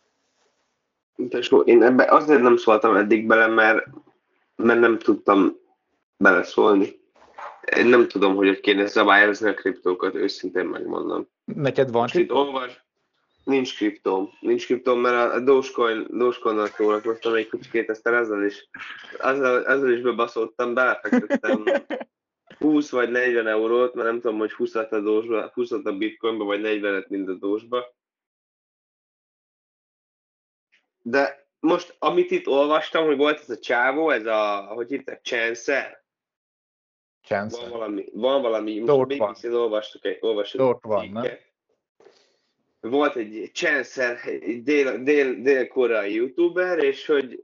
Én ebbe azért nem szóltam eddig bele, mert nem tudtam beleszólni. Én nem tudom, hogy kéne szabályozni a kriptókat, őszintén megmondom. Neked van kriptó? Nincs kriptóm, mert a Dogecoin-nal szórakoztam egy kicsikét, aztán ezzel is bebaszoltam, belefektettem 20 vagy 40 eurót, mert nem tudom, hogy 20 a Bitcoinba, vagy 40-et mind a Doge-ba. De most, amit itt olvastam, hogy volt ez a csávó, ez a, hogy hívták, Chancer? Van valami, most még viszont olvastuk cikket. Volt egy Chancer, egy dél-koreai youtuber, és hogy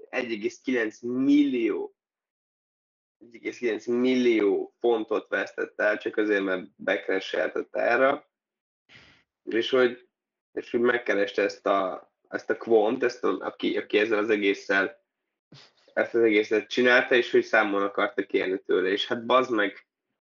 1,9 millió fontot vesztett el, csak azért, mert becrasheltett erre. És hogy megkereste ezt a Quant, aki ezzel az egésszel ezt az egészet csinálta, és hogy számon akarta kérni tőle. És hát bazd meg,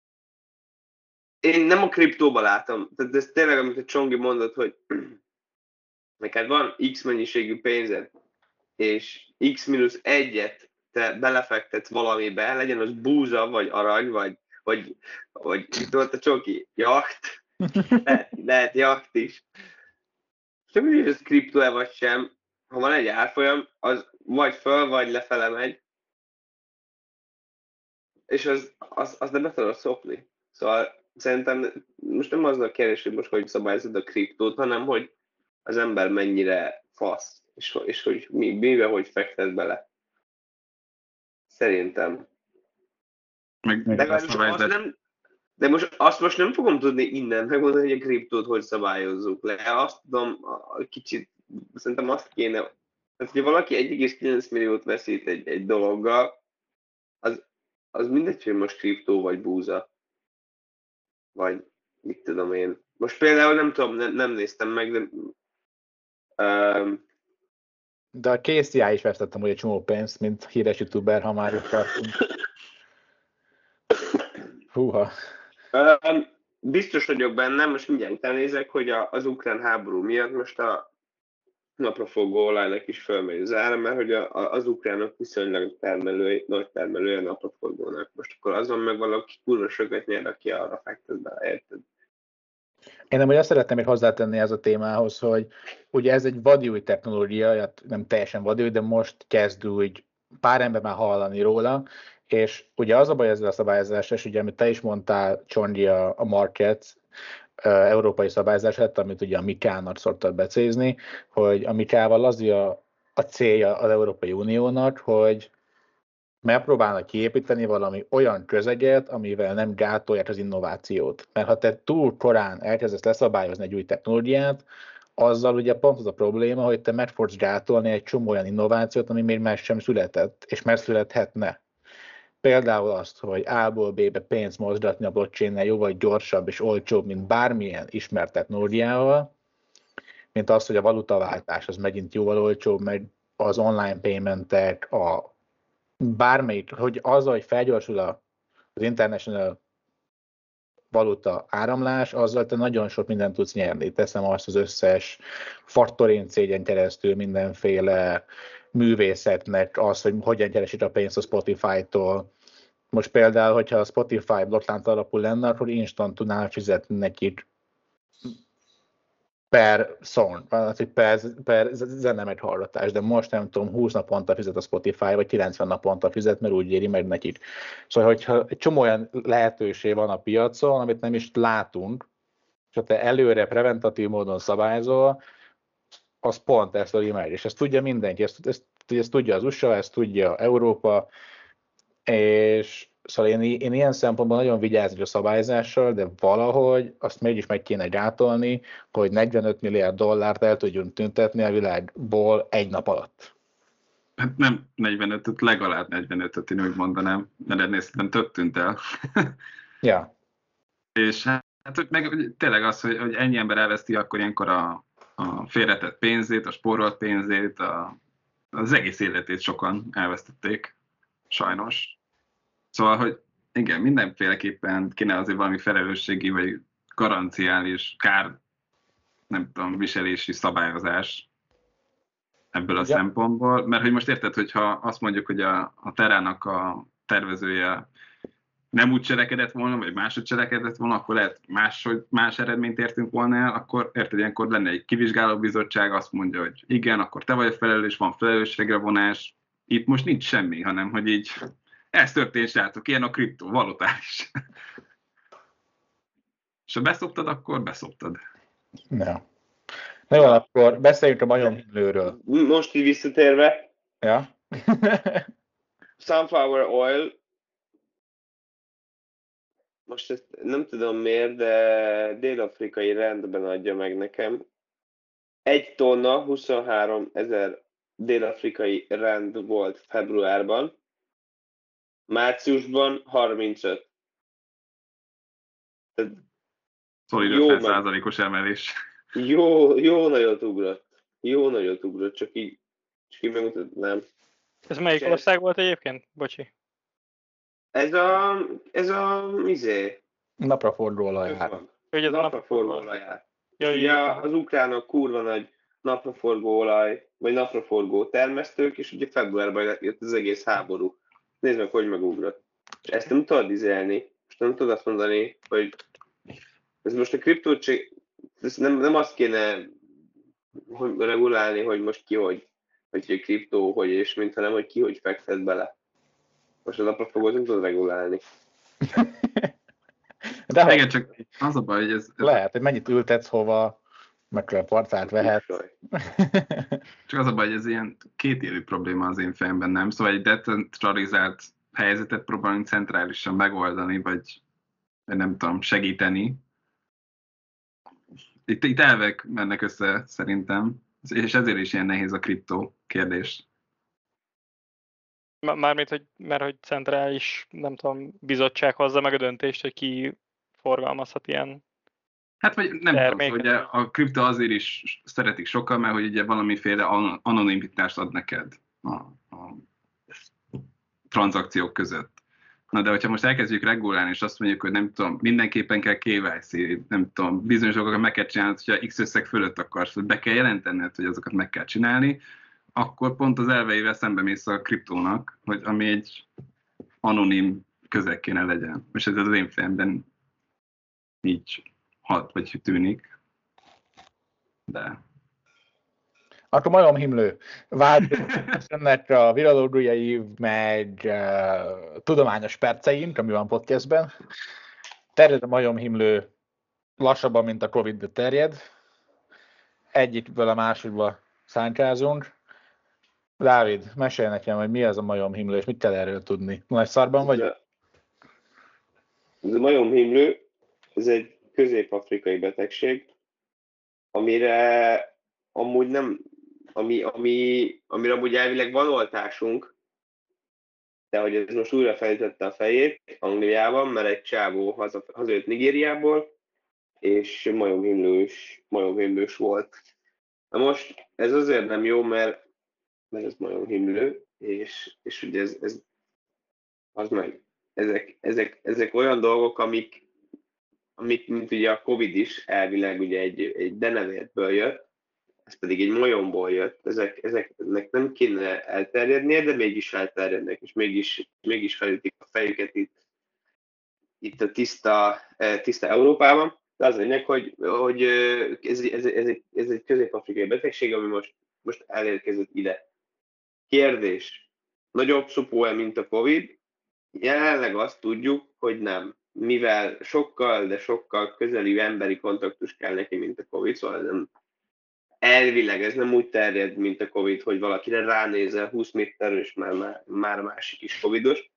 én nem a kriptóba látom, tehát ez tényleg, amit a Csongi mondott, hogy neked van X mennyiségű pénzed, és X-1-et te belefektetsz valamibe, legyen az búza, vagy arany, vagy itt volt a Csoki, jacht, lehet jacht is. És nem is ez kriptó-e vagy sem, ha van egy árfolyam, az vagy föl, vagy lefele megy, és az nem be tudod szopni. Szóval szerintem most nem az a kérdés, hogy most hogy szabályozod a kriptót, hanem hogy az ember mennyire fasz, és hogy mibe hogy fektet bele. Szerintem. De most azt nem fogom tudni innen megmondani, hogy a kriptót hogy szabályozzuk le. Azt tudom, kicsit, szerintem azt kéne, tehát, hogy valaki 1,9 milliót veszít egy dologgal, az mindegy, hogy most kriptó vagy búza. Vagy mit tudom én. Most például nem tudom, nem néztem meg, de de a KCI is vesztettem hogy egy csomó pénzt, mint híres youtuber, ha már itt tartunk. Húha. Biztos vagyok benne, most mindjárt elnézek, hogy az ukrán háború miatt most a napraforgó olajnak is fölmegy az ára, mert hogy az ukránok viszonylag nagy termelője a napraforgónak. Most akkor azon meg valaki kurva sokat nyer, aki arra fektet bele, érted? Én nem, azt szeretném még hozzátenni ez a témához, hogy ugye ez egy vadúj technológia, nem teljesen vadúj, de most kezd úgy pár ember már hallani róla, és ugye az a baj ezzel a szabályozással, és ugye amit te is mondtál, Csondi, a market, európai szabályozás lett, amit ugye a Mikának szoktad becézni, hogy a Mikával az a célja az Európai Uniónak, hogy megpróbálnak kiépíteni valami olyan közeget, amivel nem gátolják az innovációt. Mert ha te túl korán elkezdesz leszabályozni egy új technológiát, azzal ugye pont az a probléma, hogy te meg fogsz gátolni egy csomó olyan innovációt, ami még meg sem született, és megszülethetne. Például azt, hogy A-ból B-be pénzt mozgatni a blockchain-nel jóval gyorsabb és olcsóbb, mint bármilyen ismert technológiával, mint az, hogy a valutaváltás az megint jóval olcsóbb, meg az online paymentek, bármelyik, hogy azzal, hogy felgyorsul az international valuta áramlás, azzal te nagyon sok mindent tudsz nyerni. Teszem azt az összes factoring cégen keresztül mindenféle művészetnek az, hogy hogyan keresik a pénzt a Spotify-tól. Most például, hogyha a Spotify blokklánt alapú lenne, akkor instant tudnál fizetni nekik per song, per zene meghallgatás, de most nem tudom, 20 naponta fizet a Spotify, vagy 90 naponta fizet, mert úgy éri meg nekik. Szóval, hogyha egy csomó olyan lehetőség van a piacon, amit nem is látunk, és ha te előre preventatív módon szabályozol, az pont ezt a meg, és ezt tudja mindenki, ezt tudja az USA, ezt tudja Európa, és szóval én ilyen szempontból nagyon vigyázok a szabályzással, de valahogy azt mégis meg kéne gátolni, hogy 45 milliárd dollárt el tudjunk tüntetni a világból egy nap alatt. Hát nem 45-öt, legalább 45-öt, én úgy mondanám, mert ennél szerintem több tűnt el. Ja. És hát meg tényleg az, hogy ennyi ember elveszti akkor ilyenkor a félretett pénzét, a spórolt pénzét, az egész életét sokan elvesztették, sajnos. Szóval, hogy igen, mindenféleképpen kéne azért valami felelősségi vagy garanciális nem tudom, viselési szabályozás ebből a szempontból, mert hogy most érted, hogyha azt mondjuk, hogy a Terrának a tervezője nem úgy cselekedett volna, vagy máshogy cselekedett volna, akkor lehet más eredményt értünk volna el, akkor érted, ilyenkor lenne egy kivizsgálóbizottság, azt mondja, hogy igen, akkor te vagy a felelős, van felelősségre vonás. Itt most nincs semmi, hanem hogy így ez történt, srácok, ilyen a kriptovalutális. És ha beszoptad, akkor beszoptad. Ja. Na jó, akkor beszéljünk a majomhimlőről. Most így visszatérve. Ja. Sunflower oil. Most ezt nem tudom miért, de dél-afrikai rendben adja meg nekem. 1 tonna 23 000 dél-afrikai rand volt februárban. Márciusban 35. Szolid 50%-os emelés. Jó nagyot ugrott. Csak így megmutatnám. Ez melyik ország volt egyébként? Bocsi. Ez a Napraforgó olajár. Napraforgó olajár. Ugye az ukránok kurva nagy napraforgó olaj, vagy napraforgó termesztők, és ugye februárban jött az egész háború. Nézd meg, hogy megugrott. És ezt nem tudod izelni. Most nem tudod azt mondani, hogy ez most a kriptót nem azt kéne regulálni, hogy most ki hogy. hogy kriptó, hogy és mint, hanem hogy ki, hogy fektet bele. Most a napra fogod, nem tudod regulálni. De Igen, csak az a baj, hogy ez lehet, hogy mennyit ültetsz hova, mekkora parcát vehetsz. csak az a baj, hogy ez ilyen kétélű probléma az én fejemben, nem? Szóval egy decentralizált helyzetet próbálunk centrálisan megoldani, vagy nem tudom, segíteni. Itt elvek mennek össze szerintem, és ezért is ilyen nehéz a kriptó kérdés. Mármint, hogy centrális, nem tudom, bizottság hozza meg a döntést, hogy ki forgalmazhat ilyen. Hát vagy nem tudom, szóval ugye a kripto azért is szeretik sokan, mert hogy ugye valamiféle anonimitást ad neked a tranzakciók között. Na de hogyha most elkezdjük regulálni, és azt mondjuk, hogy nem tudom, mindenképpen kell KYC, nem tudom, bizonyos dolgokat meg kell csinálni, hogyha X összeg fölött akarsz, hogy be kell jelentened, hogy azokat meg kell csinálni, akkor pont az elveivel szembe mész a kriptónak, hogy ami egy anonim közeg kéne legyen. És ez az én fejemben így hat, vagy tűnik. De... Akkor majomhimlő. Ennek a virológiai, meg tudományos perceink, ami van podcastben. Terjed a majomhimlő lassabban, mint a Covid, de terjed. Egyikből a másikba szánkázunk. Dávid, mesélj nekem, hogy mi az a majomhimlő, és mit kell erről tudni? Nagy szarban vagy? Ez a majomhimlő, ez egy közép-afrikai betegség, amire amúgy nem, amire amúgy elvileg van oltásunk, de hogy ez most újra felütötte a fejét Angliában, mert egy csávó hazajött Nigériából, és majomhimlős volt. Na most ez azért nem jó, mert ez majomhimlő, és ugye ez az meg, ezek olyan dolgok, amik mint ugye a Covid is elvileg ugye egy denevértből jött, ez pedig egy majomból jött, ezeknek nem kéne elterjednie, de mégis elterjednek, és mégis felütik a fejüket itt a tiszta Európában. De az lényeg, hogy ez egy közép-afrikai betegség, ami most elérkezett ide. Kérdés. Nagyobb szupó-e, mint a Covid? Jelenleg azt tudjuk, hogy nem. Mivel sokkal, de sokkal közeli emberi kontaktus kell neki, mint a Covid, szóval nem, elvileg ez nem úgy terjed, mint a Covid, hogy valakire ránézel 20 méterről, és már másik is Covidos.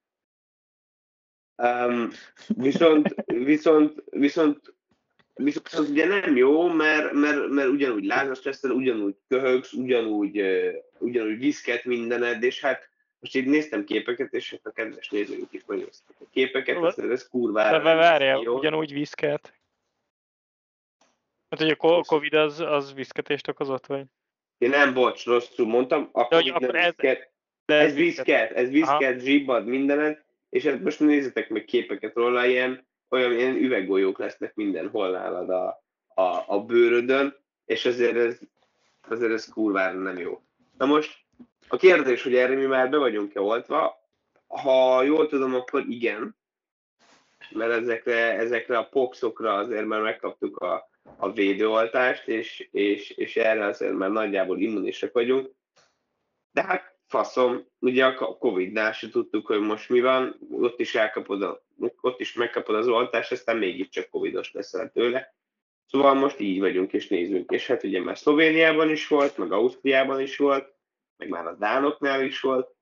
Viszont ugye nem jó, mert ugyanúgy lázas leszel, ugyanúgy köhögsz, ugyanúgy viszket mindened, és hát most így néztem képeket, és hát a kedves nézőink is megnéztek a képeket, ez kurvára. De várjál, ugyanúgy viszket? Hát, hogy a Covid az viszketést okozott, vagy? Én nem, bocs, rosszul mondtam, a Covid nem viszket. Ez viszket, zsibbad mindened, és hát most nézzetek meg képeket róla, ilyen üveggolyók lesznek mindenhol nálad a bőrödön, és azért ez kurvára nem jó. Na most a kérdés, hogy erre mi már be vagyunk-e oltva, ha jól tudom, akkor igen, mert ezekre a poxokra azért már megkaptuk a védőoltást, és erre azért már nagyjából immunisak vagyunk. De hát faszom, ugye a Covid-nál se tudtuk, hogy most mi van, ott is megkapod az oltást, aztán mégiscsak Covidos leszel tőle. Szóval most így vagyunk és nézzünk. És hát ugye már Szlovéniában is volt, meg Ausztriában is volt, meg már a dánoknál is volt.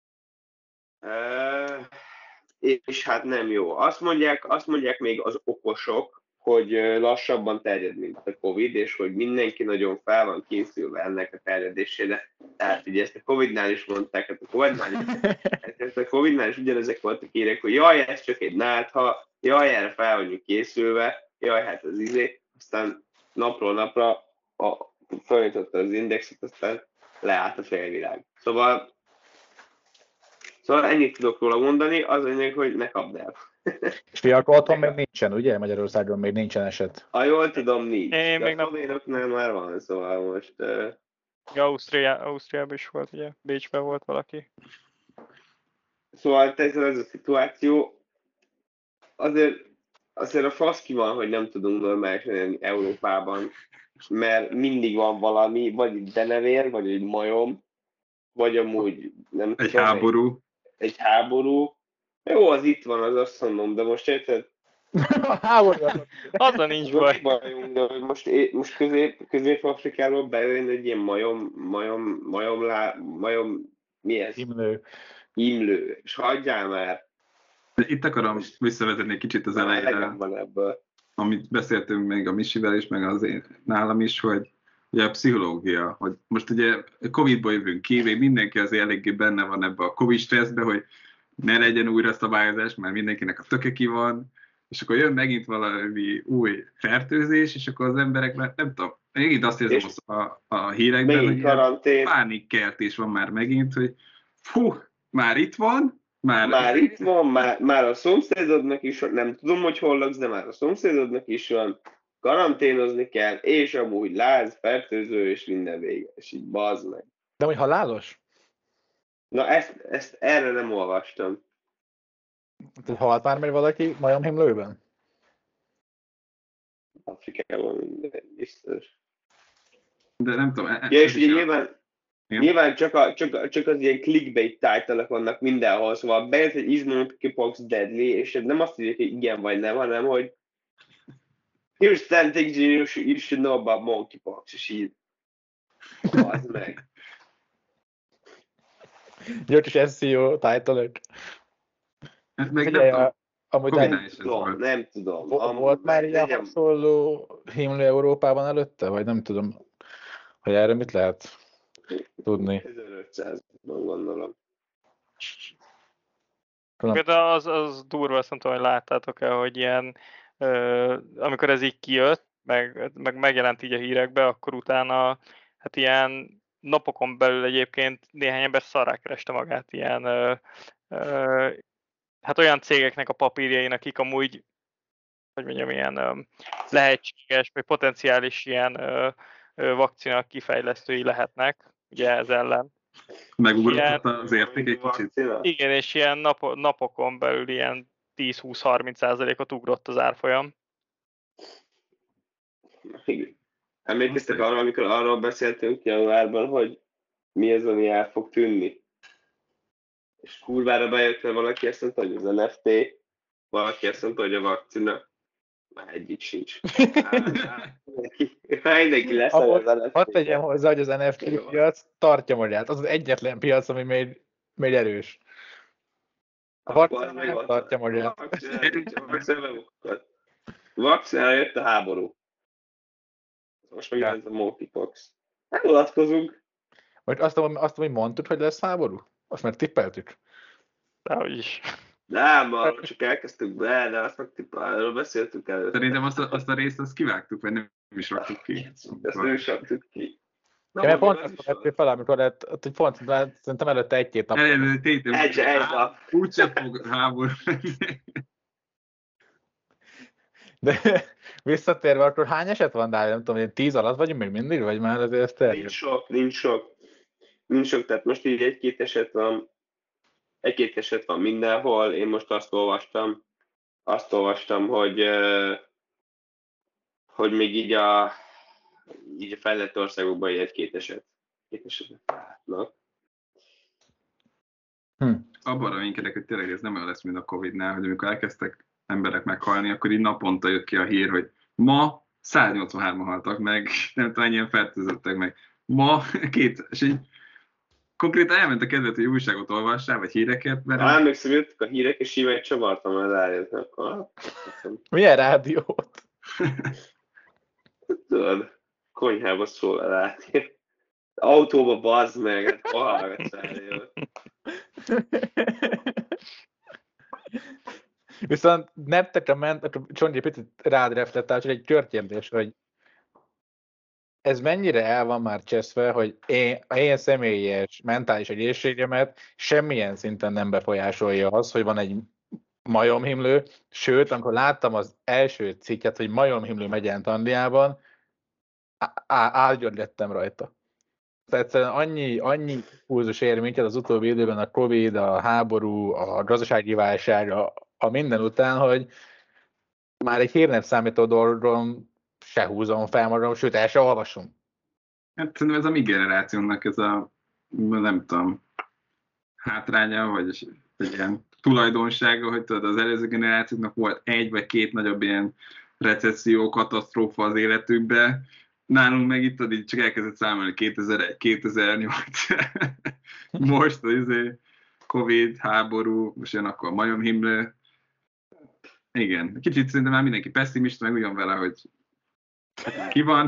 És hát nem jó. Azt mondják még az okosok, hogy lassabban terjed, mint a Covid, és hogy mindenki nagyon fel van készülve ennek a terjedésére. Tehát ugye ezt a Covid-nál is mondták, hát a Covid-nál is ugyanezek voltak hírek, hogy jaj, ez csak egy nátha, jaj, erre fel vagyunk készülve, jaj, hát az aztán napról napra felnyitotta az indexet, aztán leállt a félvilág. Szóval ennyit tudok róla mondani, az lényeg, hogy ne kapd el. És fiak, otthon még nincsen, ugye? Magyarországon még nincsen eset. Ha jól tudom, nincs. Én még nem. A már van, szóval most... Ausztriában is volt, ugye? Bécsben volt valaki. Szóval ez a szituáció, azért a fasz ki van, hogy nem tudunk normálisan élni Európában, mert mindig van valami, vagy egy denevér, vagy egy majom, vagy amúgy nem Egy tudom, háború. egy háború. Jó, az itt van, az azt mondom, de most érted? A háború az Azzal nincs Az a mi baj. bajunk, de hogy most Közép-Afrikáról bejön egy ilyen majom, mi ez? himlő. Imlő. És hagyjál már. Itt akarom visszavezetni egy kicsit az elejére, Elegem van ebből. amit beszéltünk még a Misivel is, meg az én nálam is, hogy ugye a pszichológia, hogy most ugye Covid-ból jövünk ki, még mindenki azért eléggé benne van ebbe a Covid stresszbe, hogy ne legyen újra szabályozás, mert mindenkinek a töke ki van, és akkor jön megint valami új fertőzés, és akkor az emberek már nem tudom, megint azt érzem a hírekben, hogy Megint karantén. pánikkeltés van már megint, hogy fú, már itt van, Már itt van, már a szomszédodnak is van, nem tudom, hogy hol laksz, de már a szomszédodnak is van, karanténozni kell, és amúgy láz, fertőző, és minden vége, és így bazd meg. De hogy halálos? Na ezt erre nem olvastam. Tehát halt már meg valaki majomhimlőben? Afrikában minden biztos. de nem tudom. Ja, és ugye nyilván csak az ilyen clickbait title-ok vannak mindenhol, szóval bejött, hogy is monkeypox deadly, és nem azt írják, hogy igen vagy nem, hanem, hogy here's 10 things you should know about monkeypox, és így bazd meg. Jött is SEO title-ök. Meg nem tudom. Amúgy Covid-nál is ez volt. Nem tudom. volt már ilyen hasonló himlő Európában előtte? Vagy nem tudom, hogy erre mit lehet tudni? 1500-ban gondolom. De az durva, azt nem tudom, hogy láttátok-e, hogy ilyen, amikor ez így kijött, meg megjelent így a hírekbe, akkor utána hát ilyen napokon belül egyébként néhány ember szarrá kereste magát ilyen, hát olyan cégeknek a papírjain, akik amúgy, hogy mondjam, ilyen lehetséges, vagy potenciális ilyen vakcina kifejlesztői lehetnek, ugye ez ellen. Megugrott az érték egy kicsit. Igen, és ilyen napokon belül ilyen 10-20-30%-ot ugrott az árfolyam. Igen. Emlékeztek arra, amikor arról beszéltünk januárban, hogy mi az, ami el fog tűnni? És kurvára bejött, hogy valaki azt mondta, hogy az NFT, valaki azt mondta, hogy a vakcina. Már egyik sincs. Mindenki lesz az NFT. Hadd tegyem hozzá, hogy az NFT piac tartja magát. Az az egyetlen piac, ami még erős. A vakcina nem tartja magát. Vakcinára jött a háború. Most meg ez a monkeypox. Elmulatkozunk. Most azt, hogy mondtuk, hogy lesz háború? Azt már tippeltük. Dehogy is. Nem, arra csak elkezdtük be, de azt megtippelni, erről beszéltük előtt. Szerintem azt a részt azt kivágtuk, vagy nem is raktuk ki. Ezt nem is raktuk ki. Mert pont azt vettél fel, amikor lett, hogy pont szerintem előtte egy-két nap. Egy nap. Úgyse fog háború. De visszatérve, akkor hány eset van, de nem tudom, 10 alatt vagyunk még mindig, vagy már azért ezt terjed? Nincs sok, tehát most így egy-két eset van mindenhol. Én most azt olvastam, hogy még így a fejlett országokban egy-két esetet látnak. Abban reménykedek, hogy tényleg ez nem olyan lesz, mint a Covid-nál, hogy amikor elkezdtek emberek meghalni, akkor így naponta jött ki a hír, hogy ma 183-an haltak meg, nem tudom, ennyien fertőzöttek meg. Ma és így konkrétan elment a kedvet, hogy újságot olvassál, vagy híreket, mert... Emlékszem, jöttek a hírek, és így megcsavartam el rájönni, akkor... Milyen rádiót? Tudod, konyhába szól a rádió. Autóba bazd meg, hát hol hallgatsz rádiót? Viszont nektek akkor Csondi picit rád reflektál, csak egy körkérdés, hogy ez mennyire el van már cseszve, hogy én személyes mentális egészségemet semmilyen szinten nem befolyásolja az, hogy van egy majomhimlő, sőt, amikor láttam az első cikket, hogy majomhimlő megjelent Angliában, ágyod lettem rajta. Tehát egyszerűen annyi impulzus ér minket az utóbbi időben a Covid, a háború, a gazdasági válság, a minden után, hogy már egy hírnev számító dolgon se húzom fel magam, sőt, el se olvasom. Hát szerintem ez a mi generációnak ez a nem tudom, hátránya, vagy egy ilyen tulajdonsága, hogy tudod, az előző generációknak volt egy vagy két nagyobb ilyen recesszió, katasztrófa az életükben. Nálunk meg itt így csak elkezdett számolni 2001, 2008, most az Covid, háború, most jön akkor a majomhimlő. Igen, kicsit szerintem már mindenki pessimista, meg ugyan vele, hogy ki van.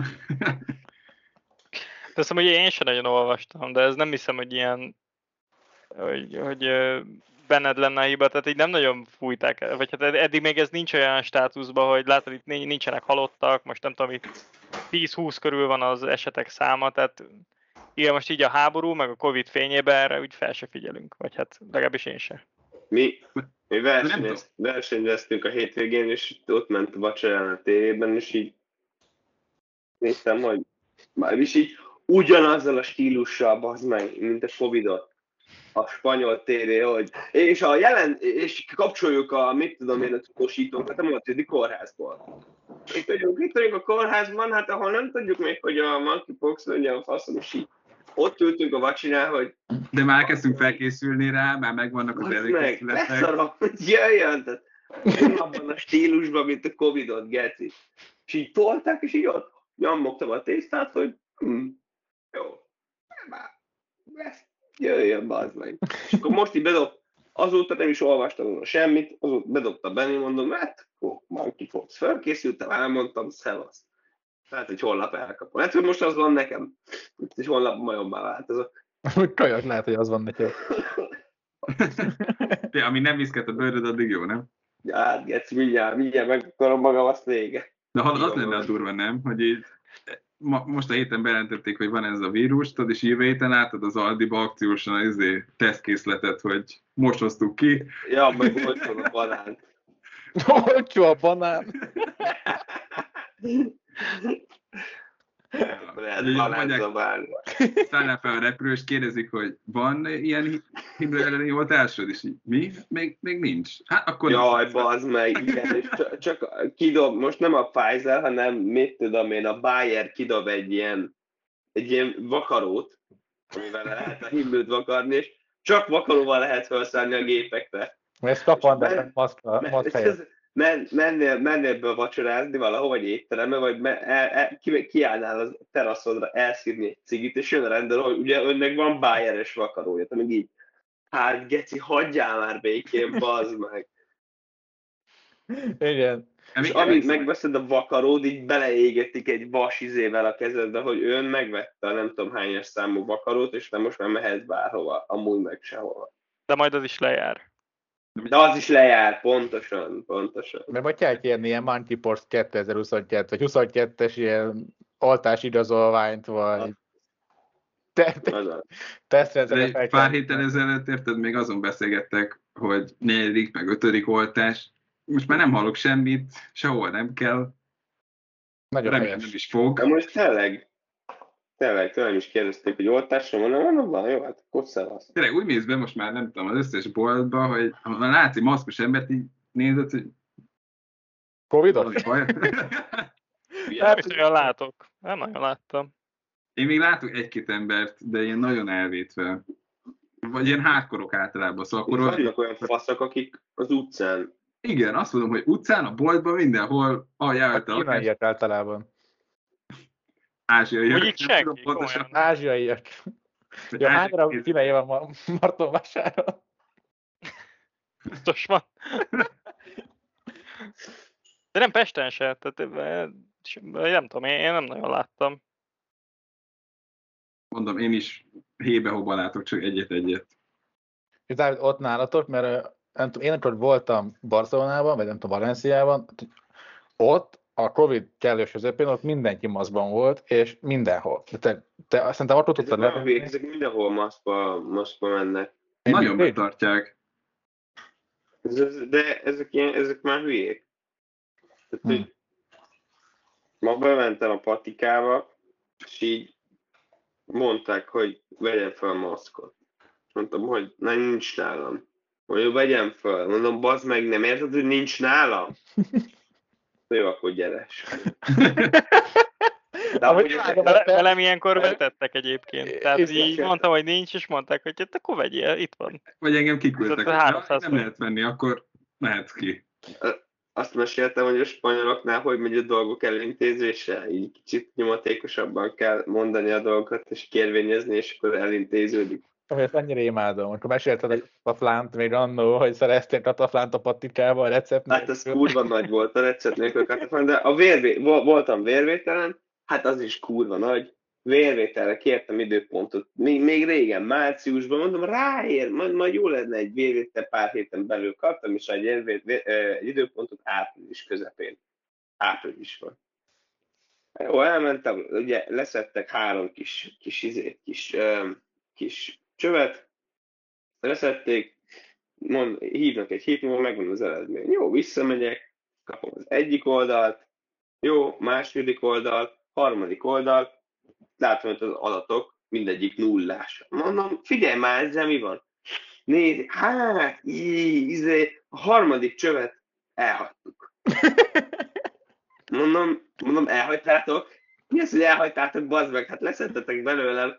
Teszem, hogy én sem nagyon olvastam, de ez nem hiszem, hogy ilyen, hogy benned lenne a hiba, tehát így nem nagyon fújták, vagy hát eddig még ez nincs olyan státuszban, hogy látod, itt nincsenek halottak, most nem tudom, itt 10-20 körül van az esetek száma, tehát igen, most így a háború, meg a Covid fényében erre úgy fel se figyelünk, vagy hát legalábbis én sem. Mi versenyeztünk a hétvégén, és ott ment a vacsorán a tévében, és így néztem, hogy már is így ugyanazzal a stílussal, bazd meg, mint a Covidot. A spanyol tévé, hogy... És kapcsoljuk a, mit tudom én, a tudósítókat a Madridi kórházból. Itt vagyunk a kórházban, hát ahol nem tudjuk még, hogy a monkeypox legyen a faszom, és így ott ültünk a vacsinál, hogy... De már elkezdtünk felkészülni rá, már megvannak az előkészületek. Leszarom, hogy jöjjön, tehát abban a stílusban, mint a Covidot, geci. És így tolták, és így ott nyammogtam a tésztát, hogy jó, már jöjjön, bazd meg. És akkor most így azóta nem is olvastam volna semmit, azóta bedobta Benni, mondom, hát, monkeypox, felkészültem, elmondtam, szevasz. Hát egy holnap elkapom. Hát, hogy most az van nekem. Egy holnap majobbá változok. Kajak lehet, hogy az van nekem. Ami nem viszket a bőröd, addig jó, nem? Ja, hát geci, mindjárt megakarom magam, azt vége. De az lenne a durva, nem? Hogy így most a héten bejelentették, hogy van ez a vírus, tudod, és jövő héten átad az Aldiba akciósan az tesztkészletet, hogy most hoztuk ki. Ja, meg olcsó a banán. Olcsó a banán. Szállnál fel a repülő, és kérdezik, hogy van ilyen himlő elleni oltásod? És így, mi? Még nincs. Hát akkor... Jaj, bazd meg, igen, és csak kidob, most nem a Pfizer, hanem mit tudom én, a Bayer kidob egy ilyen vakarót, amivel lehet a himlőt vakarni, és csak vakaróval lehet felszállni a gépekre. Ez kapandás, maszk helyett. Mennél be vacsorázni valahol, vagy étterembe, vagy kiállnál a teraszodra elszívni egy cigit, és jön a rendőr, hogy ugye önnek van Bayeres vakarója, te meg így, hát geci, hagyjál már békén, bazd meg. Igen. És amint megveszed a vakaród, így beleégetik egy vas izével a kezedbe, hogy ön megvette a nem tudom hányas számú vakarót, és te most már mehetsz bárhova, amúgy meg sehova. De majd az is lejár. De az is lejár, pontosan. Mert majd kell kérni ilyen monkeypox 2022, vagy 22-es ilyen oltásigazolványt, vagy tesztrendszerre. Pár héttel ezelőtt, érted, még azon beszélgettek, hogy 4. meg 5. oltás. Most már nem hallok semmit, sehol nem kell. Nagyon remélem nem is fog. De most tényleg tőlem is kérdezték, hogy oltásra van, jó, hát akkor szevasz. Tényleg úgy mész be most már, nem tudom, az összes boltba, hogy ha látsz egy maszkos embert, így nézed, hogy... Covidot? Hát, olyan látok. Nem nagyon láttam. Én még látok egy-két embert, de ilyen nagyon elvétve. Vagy ilyen hardkorok általában. Szóval akkor vannak olyan faszak, akik az utcán. Igen, azt mondom, hogy utcán, a boltban, mindenhol aljálta. A kínaiak általában. Ázsiaiak. Úgy senki, ázsiaiak. Ja, hányra kínai van Martonvásáron? Biztos van. De nem Pesten se, tehát nem tudom, én nem nagyon láttam. Mondom, én is hébe-hóba látok, csak egyet-egyet. És Dávid, ott nálatok, mert nem tudom, én amikor voltam Barcelonában, vagy nem tudom, Valenciában, ott a Covid kellős közepén, ott mindenki maszkban volt, és mindenhol. Te szerintem ott tudtad levenni. Ezek mindenhol maszkba mennek. Nagyon betartják. De ezek már hülyék. Ma bementem a patikába, és így mondták, hogy vegyem fel a maszkot. Mondtam, hogy nincs nálam. Mondjuk, vegyem fel. Mondom, bazd meg, nem érted, hogy nincs nálam? Jó, akkor gyere. De amúgy velem ilyenkor vetettek egyébként. Tehát így mondtam, hogy nincs, és mondták, hogy hát akkor vegyél, itt van. Vagy engem kiküldtek, hogy nem lehet venni, akkor mehetsz ki. Azt meséltem, hogy a spanyoloknál hogy megy a dolgok elintézése, így kicsit nyomatékosabban kell mondani a dolgokat, és kérvényezni, és akkor elintéződik. Ezt annyira imádom, amikor mesélted a kataflánt még annó, hogy szereztél kataflánt a patikával a recept nélkül. Hát az kurva nagy volt a recept nélkül kataflán, de voltam vérvételen, hát az is kurva nagy. Vérvételre kértem időpontot. Még régen, márciusban mondom, ráér, majd jó lenne egy vérvétel, pár héten belül kaptam, és egy időpontot április közepén. Áprilisban. Jó, elmentem, ugye leszettek 3 kis csövet, leszették, hívnak egy hét múlva, megvan az eredmény. Jó, visszamegyek, kapom az egyik oldalt, jó, második oldal, harmadik oldal, látom, hogy az adatok mindegyik nullás. Mondom, figyelj már, ezzel mi van? Nézd, hát, a harmadik csövet elhagytuk. Mondom, elhagytátok? Mi az, hogy elhagytátok, bazd meg? Hát leszettetek belőlem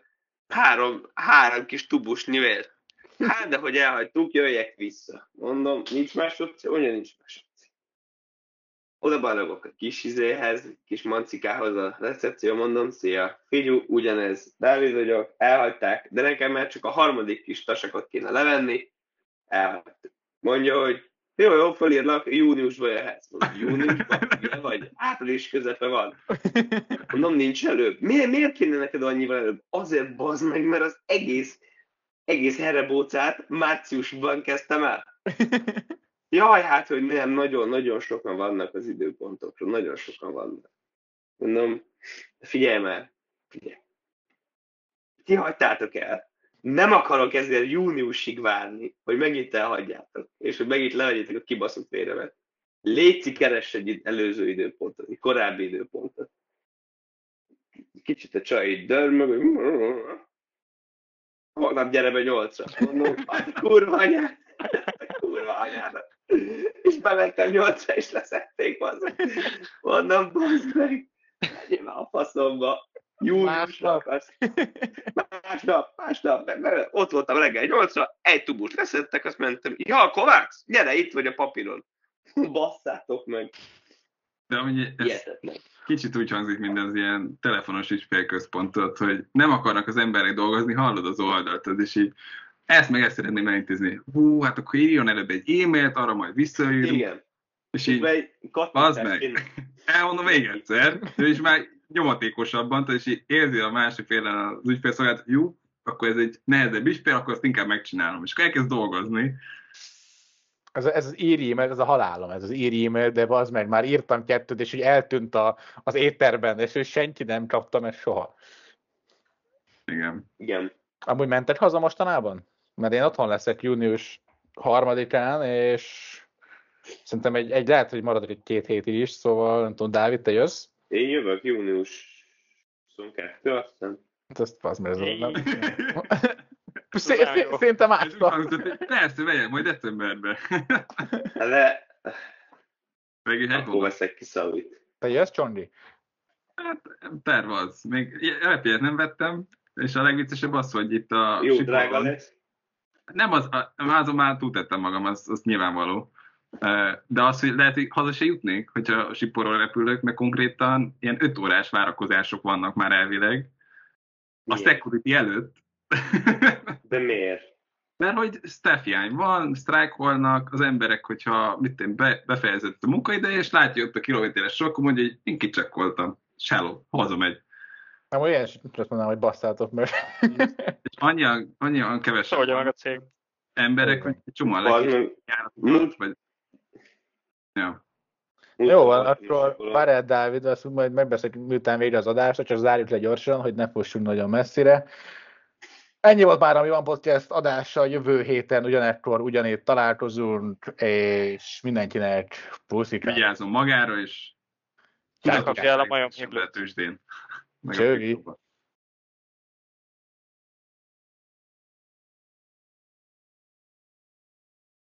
3 kis tubus nyílt. Hát, de hogy elhagytuk, jöjjek vissza. Mondom, nincs más opció? Mondja, nincs más opció. Oda balogok a kis kis mancikához a recepció, mondom, szia, figyú, ugyanez, Dávid vagyok, elhagyták, de nekem már csak a harmadik kis tasakot kéne levenni, elhagytuk. Mondja, hogy jó, fölírlak, júniusban jöhetsz. Mondom, júniusban? Vagy április közepe van. Mondom, nincs előbb. Miért kéne neked annyival előbb? Azért bazd meg, mert az egész herebócát márciusban kezdtem el. Jaj, hát, hogy nem, nagyon sokan vannak az időpontokról, nagyon sokan vannak. Mondom, figyelj már, figyelj. Ti hagytátok el. Nem akarok ezért júniusig várni, hogy megint elhagyjátok, és hogy megint levegyétek a kibaszott véremet. Léci, keress egy előző időpontot, egy korábbi időpontot. Kicsit a csaj így dörmög, hogy holnap gyere be 8-ra. Mondom, kurva anyádat. És bementem 8-ra, és leszették, bazd. Mondom, bazd meg, legyél már a faszomba. Júniusnak az. Másnap, ott voltam reggel 8-ra, egy tubus leszettek, azt mentem, ja, Kovács, gyere, itt vagy a papíron. Basszátok meg. De amúgy ez kicsit úgy hangzik, mint az ilyen telefonos ügyfélközpontot, hogy nem akarnak az emberek dolgozni, hallod az oldalt, és így ezt szeretném elintézni. Hát akkor írjon előbb egy e-mailt, arra majd visszaírunk. Igen. És így, bazd meg. Elmondom még egyszer, és már nyomatékosabban, és így érzi a másik félen az ügyfélszolgálat, jó, akkor ez egy nehezebb ügyfél, akkor azt inkább megcsinálom. És akkor elkezd dolgozni. Ez az e-mail, ez a halálom, ez az e-mail, de az meg már írtam 2, és úgy eltűnt az éterben, és senki nem kapta meg soha. Igen. Amúgy mentek haza mostanában? Mert én otthon leszek június 3-án, és szerintem lehet, hogy maradok egy 2 hétig is, szóval nem tudom, Dávid, te jössz? Én jövök június 22, azt hiszem. Ezt az, mert ez Szerintem másnap. Persze, vegyek, majd decemberben. De akkor veszek ki Szavit. Te jössz, Csondi? Hát terv az. Még repjét nem vettem, és a legviccesebb az, hogy itt a jó, drága lesz. Nem, azon már túltettem magam, az nyilvánvaló. De az, hogy lehet, hogy haza se jutnék, hogyha Siporról repülök, mert konkrétan ilyen 5 órás várakozások vannak már elvileg. A security előtt. De miért? Mert hogy staff hiány van, sztrájkolnak az emberek, hogyha befejezett a munkaideje, és látja ott a kilométeres sor, akkor mondja, hogy én kicsekkoltam. Sáló, hazamegy. Nem olyan, azt mondanám, hogy basszátok meg. És annyian kevesebb meg a cég. emberek, hogy csomóan legkésőbb vagy... Ja. Jó van, akkor várjál, Dávid, azt majd megbeszéljük, miután végre az adást, csak zárjuk le gyorsan, hogy ne fussunk nagyon messzire. Ennyi volt már a Mi Van Podcast adása, jövő héten ugyanekkor ugyanitt találkozunk, és mindenkinek puszikát. Vigyázzon magára, és Megkapja el a majom lehetősdén. Csőgi.